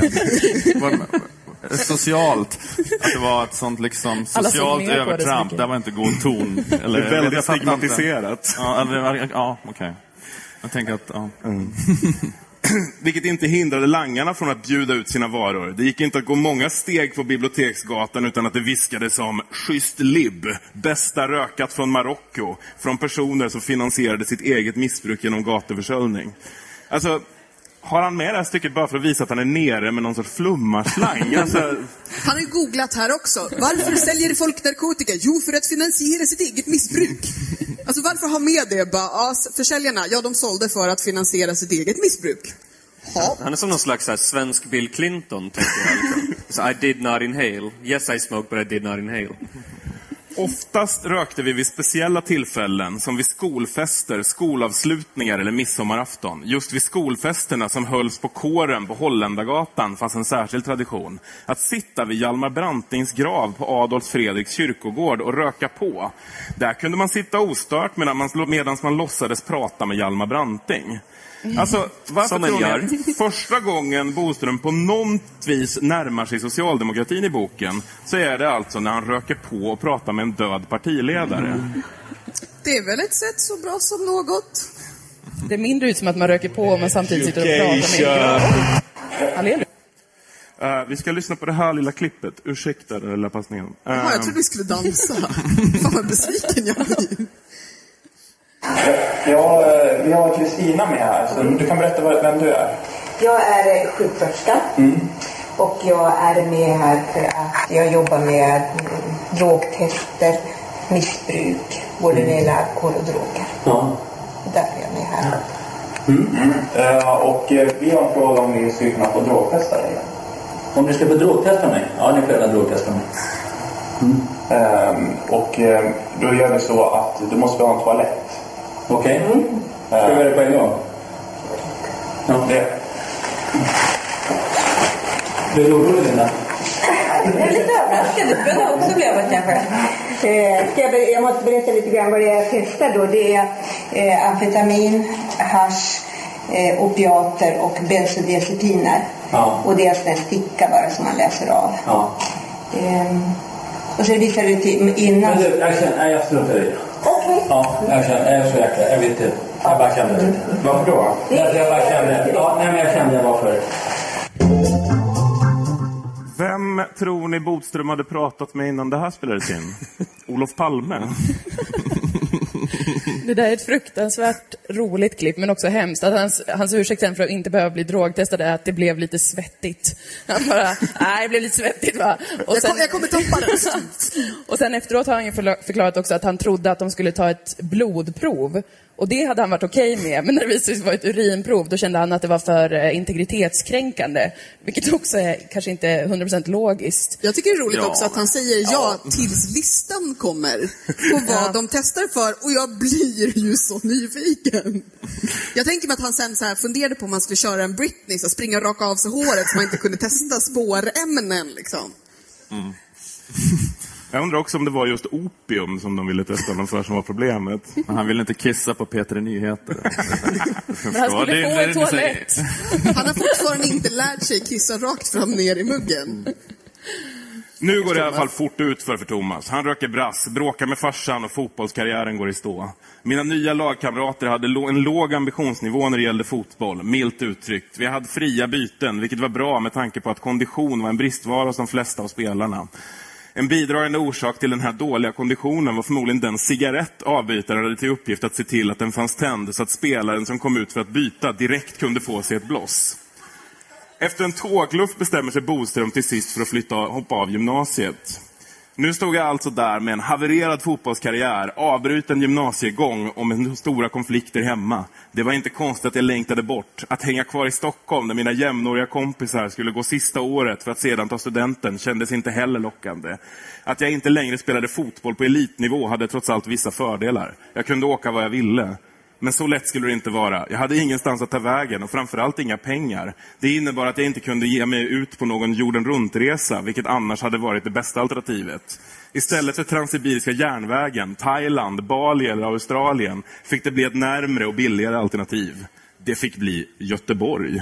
Socialt. Att det var ett sånt liksom socialt övertramp. Det var inte god ton. Eller, det är väldigt stigmatiserat. Ja, okej. Jag tänker att... Ja. Vilket inte hindrade langarna från att bjuda ut sina varor. Det gick inte att gå många steg på Biblioteksgatan utan att det viskades som schysst libb, bästa rökat från Marocko, från personer som finansierade sitt eget missbruk genom gatuförsäljning. Alltså, har han med det här stycket bara för att visa att han är nere med någon sorts flummarslang? Alltså... Han har ju googlat här också. Varför säljer folk narkotika? Jo, för att finansiera sitt eget missbruk. Alltså varför ha med det? Bara, försäljarna, de sålde för att finansiera sitt eget missbruk. Ja. Han är som någon slags så här, svensk Bill Clinton, tänker jag. Liksom. So, I did not inhale. Yes, I smoked, but I did not inhale. Oftast rökte vi vid speciella tillfällen, som vid skolfester, skolavslutningar eller midsommarafton. Just vid skolfesterna som hölls på kåren på Holländargatan fanns en särskild tradition. Att sitta vid Hjalmar Brantings grav på Adolf Fredriks kyrkogård och röka på. Där kunde man sitta ostört medan man låtsades prata med Hjalmar Branting. Alltså, varför tror ni första gången Bodström på något vis närmar sig socialdemokratin i boken, så är det alltså när han röker på och pratar med en död partiledare. Det är väl ett sätt så bra som något. Det är mindre ut som att man röker på och man samtidigt sitter och pratar med en grav. Vi ska lyssna på det här lilla klippet. Ursäkta den lilla passningen. Jag trodde vi skulle dansa. Fan vad besviken jag blir. Ja, vi har Kristina med här, så du kan berätta vem du är. Jag är sjuksköterska och jag är med här för att jag jobbar med drogtester, missbruk, både när det gäller alkohol och droger. Ja. Därför är jag med här. Och vi har en fråga om vi skulle kunna få drogtesta dig. Om ni ska få drogtesta mig? Ja, ni får gärna drogtesta mig. Och då gör vi så att du måste ha en toalett. Okej. Ska vi göra det på en gång? Ja. Du är orolig, Linda? Jag är lite överraskad. Du behöver också bli över kanske. Jag måste berätta lite grann vad det är jag testar då. Det är amfetamin, hasch, opiater och bensodiazepiner. Ja. Och det är en sticka bara som man läser av. Ja. Och så visar du till innan. Men du, jag struntar i det. Okej. Ja, jag är så jäkla. Jag vet inte. Jag bara kände det. Varför då? Jag bara kände. Jag kände jag var för. Vem tror ni Bodström hade pratat med innan det här spelades in? Olof Palme? Det där är ett fruktansvärt roligt klipp, men också hemskt. Att hans ursäkt sen för att inte behöva bli drogtestad är att det blev lite svettigt. Han bara, nej, det blev lite svettigt va? Och sen, jag kommer tappa det. Och sen efteråt har han ju förklarat också att han trodde att de skulle ta ett blodprov. Och det hade han varit okej med, men när det visade sig vara ett urinprov, då kände han att det var för integritetskränkande. Vilket också är kanske inte 100% logiskt. Jag tycker det är roligt också att han säger ja tills listan kommer på vad de testar för, och jag blir ju så nyfiken. Jag tänker mig att han sen så här funderade på om man skulle köra en Britney, så springa och raka av sig håret så man inte kunde testa spårämnen liksom. Jag undrar också om det var just opium som de ville testa honom för som var problemet. Men han ville inte kissa på P3 Nyheter. Men han skulle få en toalett. Han har fortfarande inte lärt sig kissa rakt fram ner i muggen. Nu går det i alla fall fort ut för Thomas. Han röker brass, bråkar med farsan och fotbollskarriären går i stå. Mina nya lagkamrater hade en låg ambitionsnivå när det gällde fotboll, milt uttryckt. Vi hade fria byten, vilket var bra med tanke på att kondition var en bristvara hos de flesta av spelarna. En bidragande orsak till den här dåliga konditionen var förmodligen den cigarett avbytaren hade till uppgift att se till att den fanns tänd, så att spelaren som kom ut för att byta direkt kunde få sig ett bloss. Efter en tågluff bestämmer sig Bodström till sist för att hoppa av gymnasiet. Nu stod jag alltså där med en havererad fotbollskarriär, avbruten gymnasiegång och med stora konflikter hemma. Det var inte konstigt att jag längtade bort. Att hänga kvar i Stockholm där mina jämnåriga kompisar skulle gå sista året för att sedan ta studenten kändes inte heller lockande. Att jag inte längre spelade fotboll på elitnivå hade trots allt vissa fördelar. Jag kunde åka vad jag ville. Men så lätt skulle det inte vara. Jag hade ingenstans att ta vägen och framförallt inga pengar. Det innebar att jag inte kunde ge mig ut på någon jorden runtresa, vilket annars hade varit det bästa alternativet. Istället för Transsibiriska järnvägen, Thailand, Bali eller Australien fick det bli ett närmre och billigare alternativ. Det fick bli Göteborg.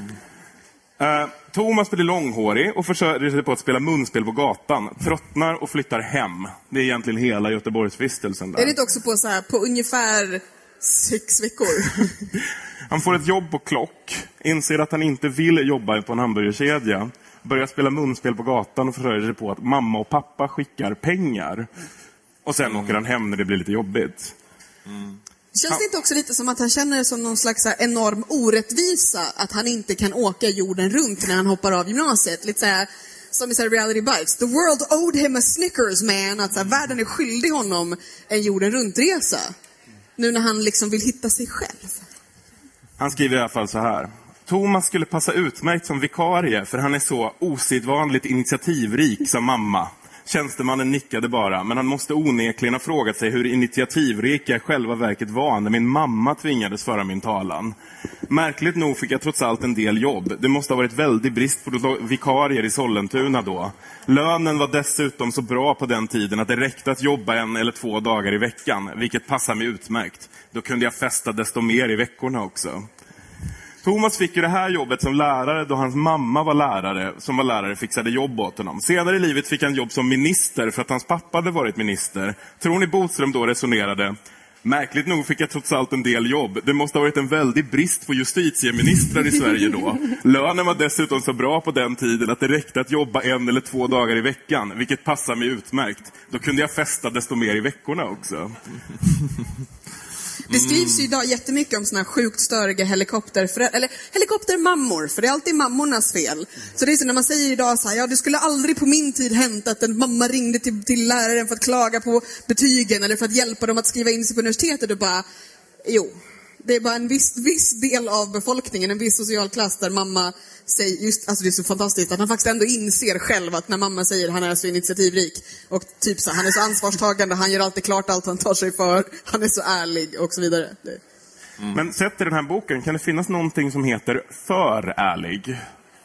Thomas blir långhårig och försöker sig på att spela munspel på gatan. Tröttnar och flyttar hem. Det är egentligen hela Göteborgsvistelsen där. Är det inte också på ungefär 6 veckor? Han får ett jobb på Klock, inser att han inte vill jobba på en hamburgerkedja, börjar spela munspel på gatan och försörjer sig på att mamma och pappa skickar pengar. Och sen åker han hem när det blir lite jobbigt. Känns det inte också lite som att han känner som någon slags enorm orättvisa att han inte kan åka jorden runt när han hoppar av gymnasiet? Lite såhär, som i så här reality bites. The world owed him a Snickers, man. Att så här, världen är skyldig honom en jorden runtresa. Nu när han liksom vill hitta sig själv. Han skriver i alla fall så här. Thomas skulle passa utmärkt som vikarie för han är så osedvanligt initiativrik som mamma. Tjänstemannen nickade bara, men han måste onekligen ha frågat sig hur initiativrik jag själva verket var när min mamma tvingades föra min talan. Märkligt nog fick jag trots allt en del jobb. Det måste ha varit väldigt brist på vikarier i Sollentuna då. Lönen var dessutom så bra på den tiden att det räckte att jobba 1 eller 2 dagar i veckan, vilket passar mig utmärkt. Då kunde jag festa desto mer i veckorna också. Thomas fick ju det här jobbet som lärare då hans mamma var lärare, som var lärare fixade jobb åt honom. Senare i livet fick han jobb som minister för att hans pappa hade varit minister. Tror ni Bodström då resonerade? Märkligt nog fick jag trots allt en del jobb. Det måste ha varit en väldig brist på justitieministrar i Sverige då. Lönen var dessutom så bra på den tiden att det räckte att jobba 1 eller 2 dagar i veckan, vilket passar mig utmärkt. Då kunde jag festa desto mer i veckorna också. Det skrivs ju idag jättemycket om såna här sjukt störiga helikoptermammor, för det är alltid mammornas fel. Så det är så när man säger idag så här, ja det skulle aldrig på min tid hänt att en mamma ringde till läraren för att klaga på betygen eller för att hjälpa dem att skriva in sig på universitetet och bara, jo. Det är bara en viss del av befolkningen, en viss social klass där mamma säger just, alltså det är så fantastiskt att han faktiskt ändå inser själv att när mamma säger han är så initiativrik och typ så, han är så ansvarstagande, han gör alltid klart allt han tar sig för, han är så ärlig och så vidare. Men sett i den här boken, kan det finnas någonting som heter för ärlig?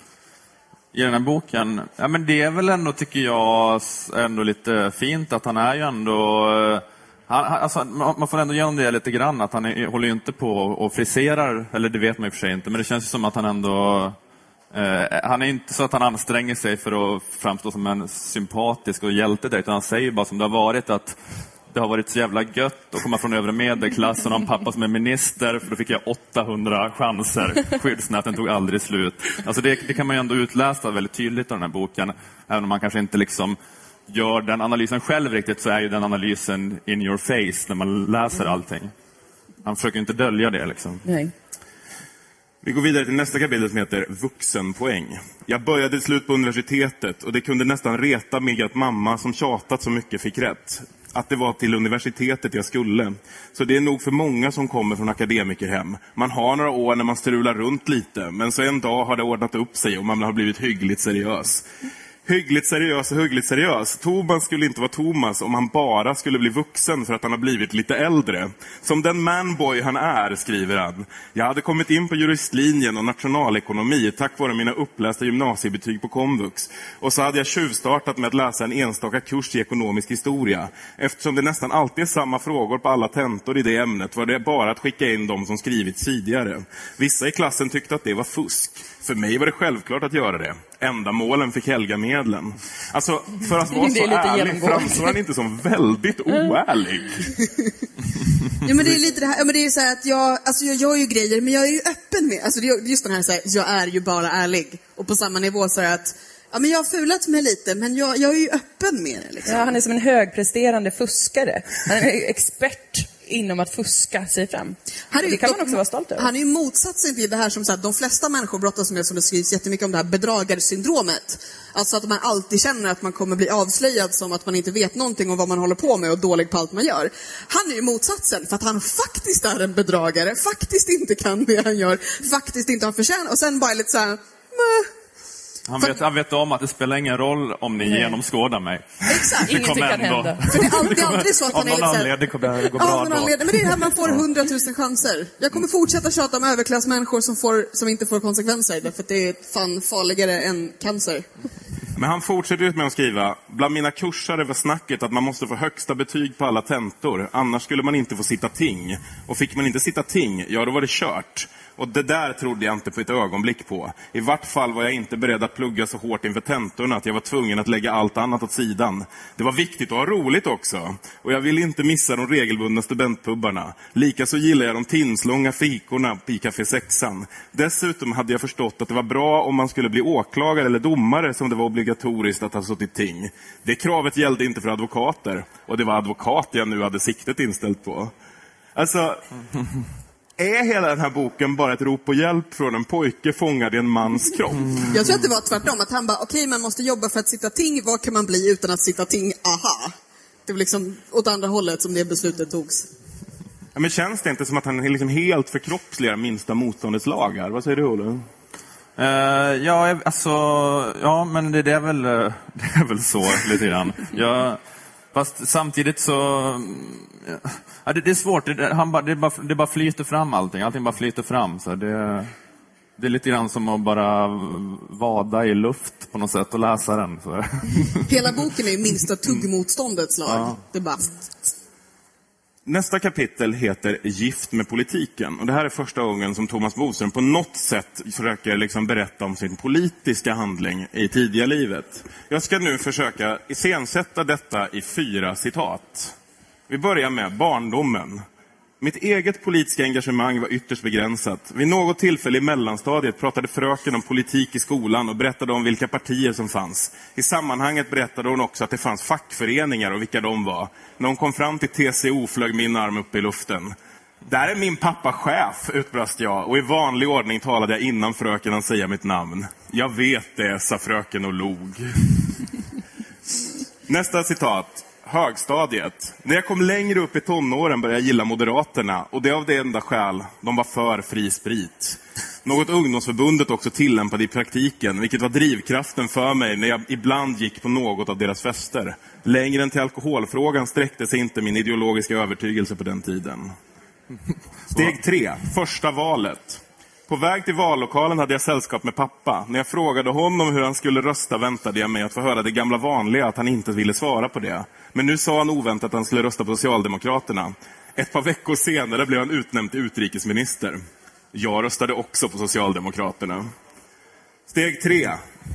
I den här boken, ja men det är väl ändå, tycker jag, ändå lite fint att han är ju ändå... Alltså, man får ändå genom det lite grann att han håller ju inte på och friserar, eller det vet man i och för sig inte, men det känns som att han ändå han är inte så att han anstränger sig för att framstå som en sympatisk och hjälte där, utan han säger bara som det har varit, att det har varit så jävla gött att komma från övre medelklassen och en pappa som är minister, för då fick jag 800 chanser. Skyddsnäten tog aldrig slut. Alltså det kan man ju ändå utläsa väldigt tydligt av den här boken, även om man kanske inte liksom gör den analysen själv riktigt, så är ju den analysen in your face när man läser allting. Han försöker inte dölja det liksom. Nej. Vi går vidare till nästa kapitel som heter vuxenpoäng. Jag började till slut på universitetet och det kunde nästan reta mig att mamma som tjatat så mycket fick rätt. Att det var till universitetet jag skulle. Så det är nog för många som kommer från akademikerhem. Man har några år när man strular runt lite, men så en dag har det ordnat upp sig och man har blivit hyggligt seriös. Hyggligt seriös. Thomas skulle inte vara Thomas om han bara skulle bli vuxen för att han har blivit lite äldre. Som den manboy han är, skriver han. Jag hade kommit in på juristlinjen och nationalekonomi tack vare mina upplästa gymnasiebetyg på komvux. Och så hade jag tjuvstartat med att läsa en enstaka kurs i ekonomisk historia. Eftersom det nästan alltid är samma frågor på alla tentor i det ämnet var det bara att skicka in dem som skrivits tidigare. Vissa i klassen tyckte att det var fusk. För mig var det självklart att göra det. Ändamålen fick helga medlen. Alltså, för att vara så ärlig framstår han inte som väldigt oärlig. Ja, men det är lite det här, men det är så här att jag gör ju grejer, men jag är ju öppen med, alltså det är just den här så här, jag är ju bara ärlig. Och på samma nivå så är att, ja men jag har fulat mig lite, men jag är ju öppen med det liksom. Ja, han är som en högpresterande fuskare. Han är expert inom att fuska sig fram. Det kan man också vara stolt över. Han är ju motsatsen till det här som så här, de flesta människor brottas med, som det skrivs jättemycket om, det här bedragarsyndromet. Alltså att man alltid känner att man kommer bli avslöjad som att man inte vet någonting om vad man håller på med och dålig på allt man gör. Han är ju motsatsen, för att han faktiskt är en bedragare, faktiskt inte kan det han gör, faktiskt inte har förtjänat, och sen bara lite så här, Han vet om att det spelar ingen roll om ni genomskådar mig. Exakt, ingenting kan hända. För det är aldrig så att han är lite anledning kommer det gå bra då. Men det är det här, man får 100 000 chanser. Jag kommer fortsätta tjata om överklassmänniskor som inte får konsekvenser, därför att det är fan farligare än cancer. Men han fortsätter ut med att skriva: bland mina kursare var snacket att man måste få högsta betyg på alla tentor, annars skulle man inte få sitta ting. Och fick man inte sitta ting, ja då var det kört. Och det där trodde jag inte på ett ögonblick på. I vart fall var jag inte beredd att plugga så hårt inför tentorna att jag var tvungen att lägga allt annat åt sidan. Det var viktigt att ha roligt också. Och jag ville inte missa de regelbundna studentpubbarna. Likaså gillar jag de timslånga fikorna i Café Sexan. Dessutom hade jag förstått att det var bra om man skulle bli åklagare eller domare, som det var obligatoriskt att ha suttit ting. Det kravet gällde inte för advokater. Och det var advokat jag nu hade siktet inställt på. Alltså... Är hela den här boken bara ett rop på hjälp från en pojke fångad i en mans kropp? Jag tror att det var tvärtom, att han bara, okej, man måste jobba för att sitta ting, vad kan man bli utan att sitta ting, aha. Det var liksom åt andra hållet som det beslutet togs. Ja, men känns det inte som att han liksom helt förkroppsligar minsta motståndets lagar? Vad säger du, Olle? Ja, men det är väl så lite grann. Fast samtidigt så... Ja, det är svårt. Det bara flyter fram allting. Allting bara flyter fram. Så det är lite grann som att bara vada i luft på något sätt och läsa den. Så. Hela boken är ju minsta tuggmotståndets lag. Ja. Det är bara... Nästa kapitel heter Gift med politiken. Och det här är första gången som Thomas Bodström på något sätt försöker liksom berätta om sin politiska handling i tidiga livet. Jag ska nu försöka iscensätta detta i 4 citat. Vi börjar med barndomen. Mitt eget politiska engagemang var ytterst begränsat. Vid något tillfälle i mellanstadiet pratade fröken om politik i skolan och berättade om vilka partier som fanns. I sammanhanget berättade hon också att det fanns fackföreningar och vilka de var. När hon kom fram till TCO flög min arm upp i luften. Där är min pappa chef, utbrast jag, och i vanlig ordning talade jag innan fröken att säga mitt namn. Jag vet det, sa fröken och log. Nästa citat. Högstadiet. När jag kom längre upp i tonåren började jag gilla Moderaterna, och det av det enda skäl, de var för fri sprit. Något ungdomsförbundet också tillämpade i praktiken, vilket var drivkraften för mig när jag ibland gick på något av deras fester. Längre än till alkoholfrågan sträckte sig inte min ideologiska övertygelse på den tiden. Steg 3. Första valet. På väg till vallokalen hade jag sällskap med pappa. När jag frågade honom hur han skulle rösta väntade jag mig att få höra det gamla vanliga, att han inte ville svara på det. Men nu sa han oväntat att han skulle rösta på Socialdemokraterna. Ett par veckor senare blev han utnämnd till utrikesminister. Jag röstade också på Socialdemokraterna. Steg 3.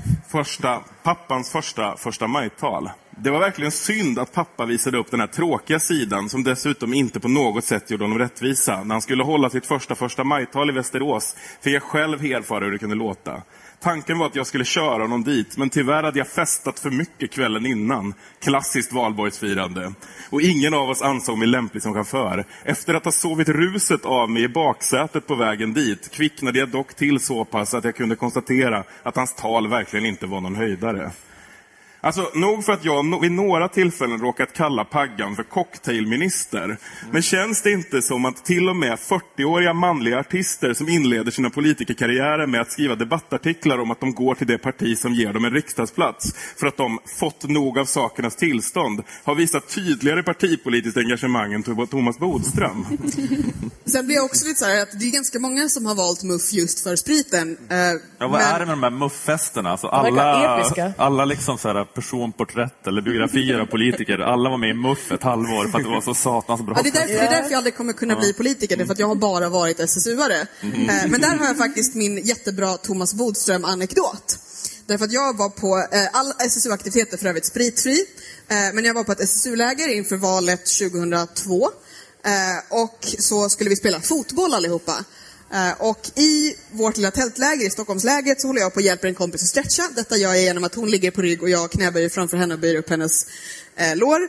Pappans första majtal. Det var verkligen synd att pappa visade upp den här tråkiga sidan, som dessutom inte på något sätt gjorde honom rättvisa. När han skulle hålla sitt första majtal i Västerås fick jag själv erfara hur det kunde låta. Tanken var att jag skulle köra honom dit, men tyvärr hade jag festat för mycket kvällen innan. Klassiskt valborgsfirande. Och ingen av oss ansåg mig lämplig som chaufför. Efter att ha sovit ruset av mig i baksätet på vägen dit kvicknade jag dock till så pass att jag kunde konstatera att hans tal verkligen inte var någon höjdare. Alltså, nog för att jag vid några tillfällen råkat kalla Paggan för cocktailminister. Men känns det inte som att till och med 40-åriga manliga artister som inleder sina politikerkarriärer med att skriva debattartiklar om att de går till det parti som ger dem en riksdagsplats för att de fått nog av sakernas tillstånd, har visat tydligare partipolitiskt engagemang än Thomas Bodström? Sen blir jag också lite så här att det är ganska många som har valt muff just för spriten. Vad är det med de här mufffesterna? Alltså alla liksom så här personporträtt eller biografier av politiker. Alla var med i muff ett halvår för att det var så satans bra. Ja, det är därför jag aldrig kommer kunna bli politiker. Det är för att jag har bara varit SSU-are. Men där har jag faktiskt min jättebra Thomas Bodström-anekdot. Därför att jag var på all SSU-aktiviteter, för övrigt spritfri. Men jag var på ett SSU-läger inför valet 2002. Och så skulle vi spela fotboll allihopa. Och i vårt lilla tältläger i Stockholmslägret så håller jag på och hjälper en kompis att stretcha. Detta gör jag genom att hon ligger på rygg och jag knäböjer framför henne och böjer upp hennes lår.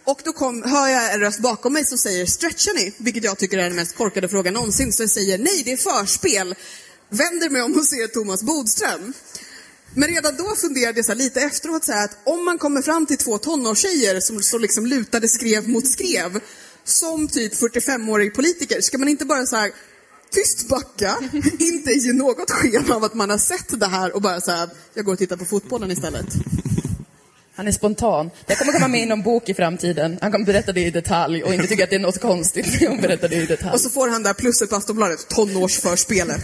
Och då hör jag en röst bakom mig som säger stretchar ni? Vilket jag tycker är den mest korkade frågan någonsin. Så jag säger nej, det är förspel. Vänder mig om och ser Thomas Bodström. Men redan då funderade jag så här lite efteråt så här, att om man kommer fram till 2 tonårstjejer som så liksom lutade skrev mot skrev som typ 45-årig politiker, ska man inte bara så här tyst backa, inte ge något sken av att man har sett det här och bara så här, jag går och tittar på fotbollen istället. Han är spontan. Det kommer komma med i någon bok i framtiden. Han kommer berätta det i detalj och inte tycka att det är något konstigt när han berättar det i detalj. Och så får han där plusset på Aftonbladet, tonårsförspelet.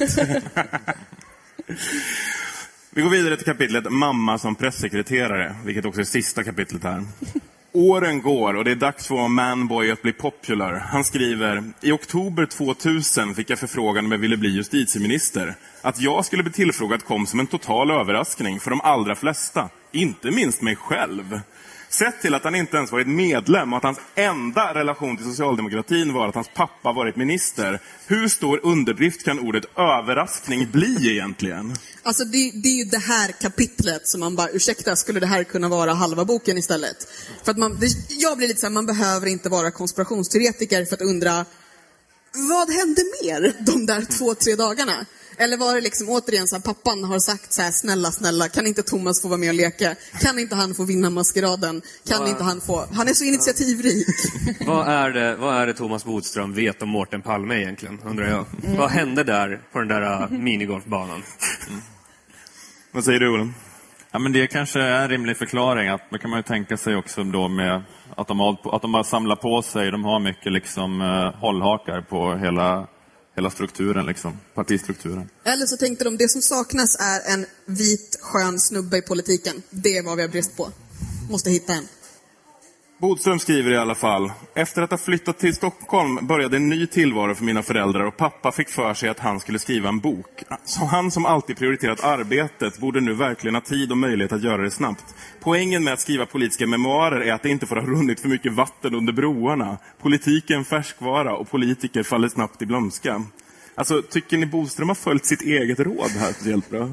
Vi går vidare till kapitlet Mamma som pressekreterare, vilket också är sista kapitlet här. Åren går och det är dags för Manboy att bli popular. Han skriver, i oktober 2000 fick jag förfrågan om jag ville bli justitieminister. Att jag skulle bli tillfrågad kom som en total överraskning för de allra flesta. Inte minst mig själv. Sett till att han inte ens varit medlem och att hans enda relation till socialdemokratin var att hans pappa varit minister. Hur stor underdrift kan ordet överraskning bli egentligen? Alltså det är ju det här kapitlet som man bara, ursäkta, skulle det här kunna vara halva boken istället? För att jag blir lite så här, man behöver inte vara konspirationsteoretiker för att undra, vad hände mer de där 2-3 dagarna? Eller var det liksom återigen så här, pappan har sagt så här, snälla, kan inte Thomas få vara med och leka? Kan inte han få vinna maskeraden? Kan inte han få... Han är så initiativrik. Vad är det Thomas Bodström vet om Mårten Palme egentligen, undrar jag? Vad hände där på den där minigolfbanan? Vad säger du, Olen? Ja, men det kanske är en rimlig förklaring. Att man kan man ju tänka sig också då med att de har samlat på sig. De har mycket liksom hållhakar på hela strukturen, liksom, partistrukturen. Eller så tänkte de, det som saknas är en vit, skön snubbe i politiken. Det är vad vi har brist på. Måste hitta en. Bodström skriver i alla fall, efter att ha flyttat till Stockholm började en ny tillvaro för mina föräldrar och pappa fick för sig att han skulle skriva en bok. Så han som alltid prioriterat arbetet borde nu verkligen ha tid och möjlighet att göra det snabbt. Poängen med att skriva politiska memoarer är att det inte får ha runnit för mycket vatten under broarna. Politiken färskvara och politiker faller snabbt i glömska. Alltså, tycker ni Bodström har följt sitt eget råd här speciellt bra?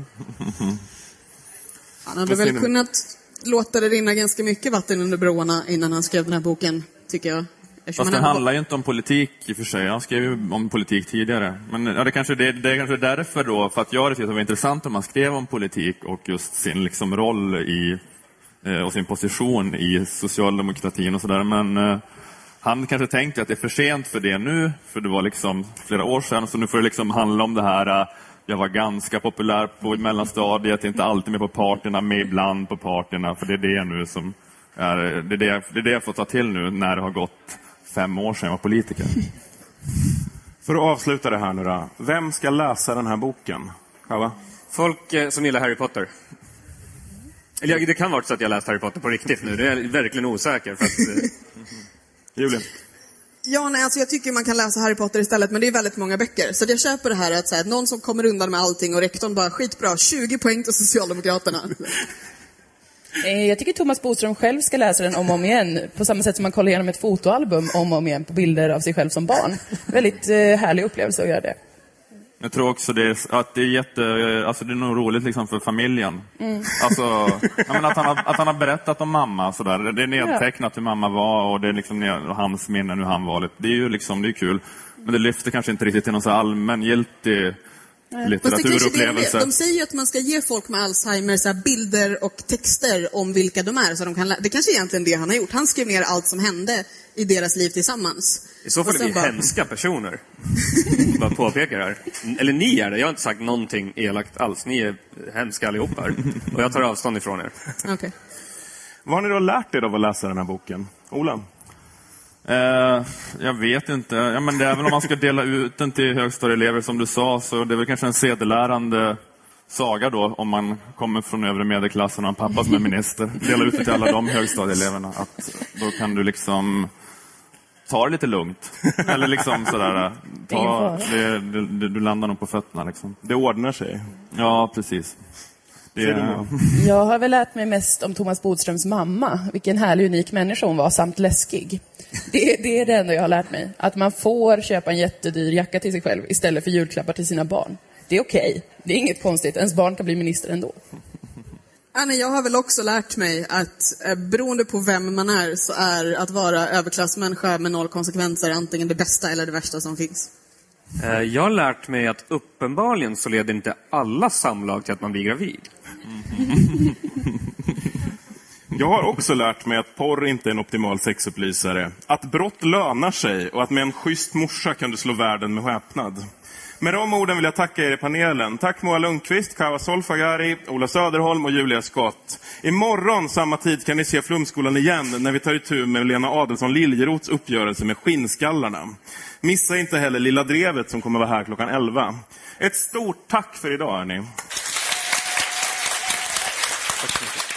Han hade väl kunnat låta det rinna ganska mycket vatten under broarna innan han skrev den här boken, tycker jag. Fast det handlar ju inte om politik i och för sig. Han skrev ju om politik tidigare. Men ja, det är kanske därför då, för att jag tyckte att det var intressant om man skrev om politik och just sin liksom roll och sin position i socialdemokratin och sådär. Men han kanske tänkte att det är för sent för det nu, för det var liksom flera år sedan, så nu får det liksom handla om det här. Jag var ganska populär på mellanstadiet, inte alltid med på parterna, med ibland på parterna, för det är det nu som det är det jag får ta till nu när det har gått 5 år sedan jag var politiker. För att avsluta det här nu då, vem ska läsa den här boken? Chava? Folk som gillar Harry Potter. Eller det kan vara så att jag läst Harry Potter på riktigt nu, det är jag verkligen osäker för att... Julia? Ja, nej, alltså jag tycker man kan läsa Harry Potter istället, men det är väldigt många böcker. Så jag köper det här att så här, någon som kommer undan med allting och rektorn bara skitbra, 20 poäng till Socialdemokraterna. Jag tycker Thomas Bodström själv ska läsa den om och om igen. På samma sätt som man kollar igenom ett fotoalbum om och om igen på bilder av sig själv som barn. Väldigt härlig upplevelse att göra det. Jag tror också att det är alltså det är nog roligt liksom för familjen. Alltså, att han har berättat om mamma sådär. Det är nedtecknat hur mamma var och det är liksom hans minnen hur han var. Det är ju liksom, det är kul. Men det lyfter kanske inte riktigt till någon så allmängiltig litteraturupplevelse. De säger ju att man ska ge folk med Alzheimer så här bilder och texter om vilka de är. Så de kan det kanske är egentligen det han har gjort. Han skrev ner allt som hände i deras liv tillsammans. I så fall är vi hemska personer. Bara påpekar här. Eller ni är det. Jag har inte sagt någonting elakt alls. Ni är hemska allihop här. Och jag tar avstånd ifrån er. Okay. Vad har ni då lärt er av att läsa den här boken? Ola? Jag vet inte. Ja, men det är väl om man ska dela ut den till högstadieelever som du sa, så det är väl kanske en sedelärande saga då om man kommer från övre medelklassen och en pappa som är minister. Dela ut det till alla de högstadieeleverna. Att då kan du liksom ta det lite lugnt. Eller liksom sådär. Du landar nog på fötterna liksom. Det ordnar sig. Ja, precis. Jag har väl lärt mig mest om Thomas Bodströms mamma. Vilken härlig, unik människa hon var, samt läskig. Det är det enda jag har lärt mig. Att man får köpa en jättedyr jacka till sig själv istället för julklappar till sina barn. Det är okej. Det är inget konstigt. Ens barn kan bli minister ändå. Anna, jag har väl också lärt mig att beroende på vem man är så är att vara överklassmänniska med 0 konsekvenser antingen det bästa eller det värsta som finns. Jag har lärt mig att uppenbarligen så leder inte alla samlag till att man blir gravid. Jag har också lärt mig att porr inte är en optimal sexupplysare. Att brott lönar sig och att med en schysst morsa kan du slå världen med häpnad. Med de orden vill jag tacka er i panelen. Tack Moa Lundqvist, Kawa Solfagari, Ola Söderholm och Julia Skott. Imorgon samma tid kan ni se Flumskolan igen när vi tar itu med Lena Adelsson Liljerots uppgörelse med skinnskallarna. Missa inte heller Lilla Drevet som kommer vara här klockan 11. Ett stort tack för idag, hörni. Tack så mycket.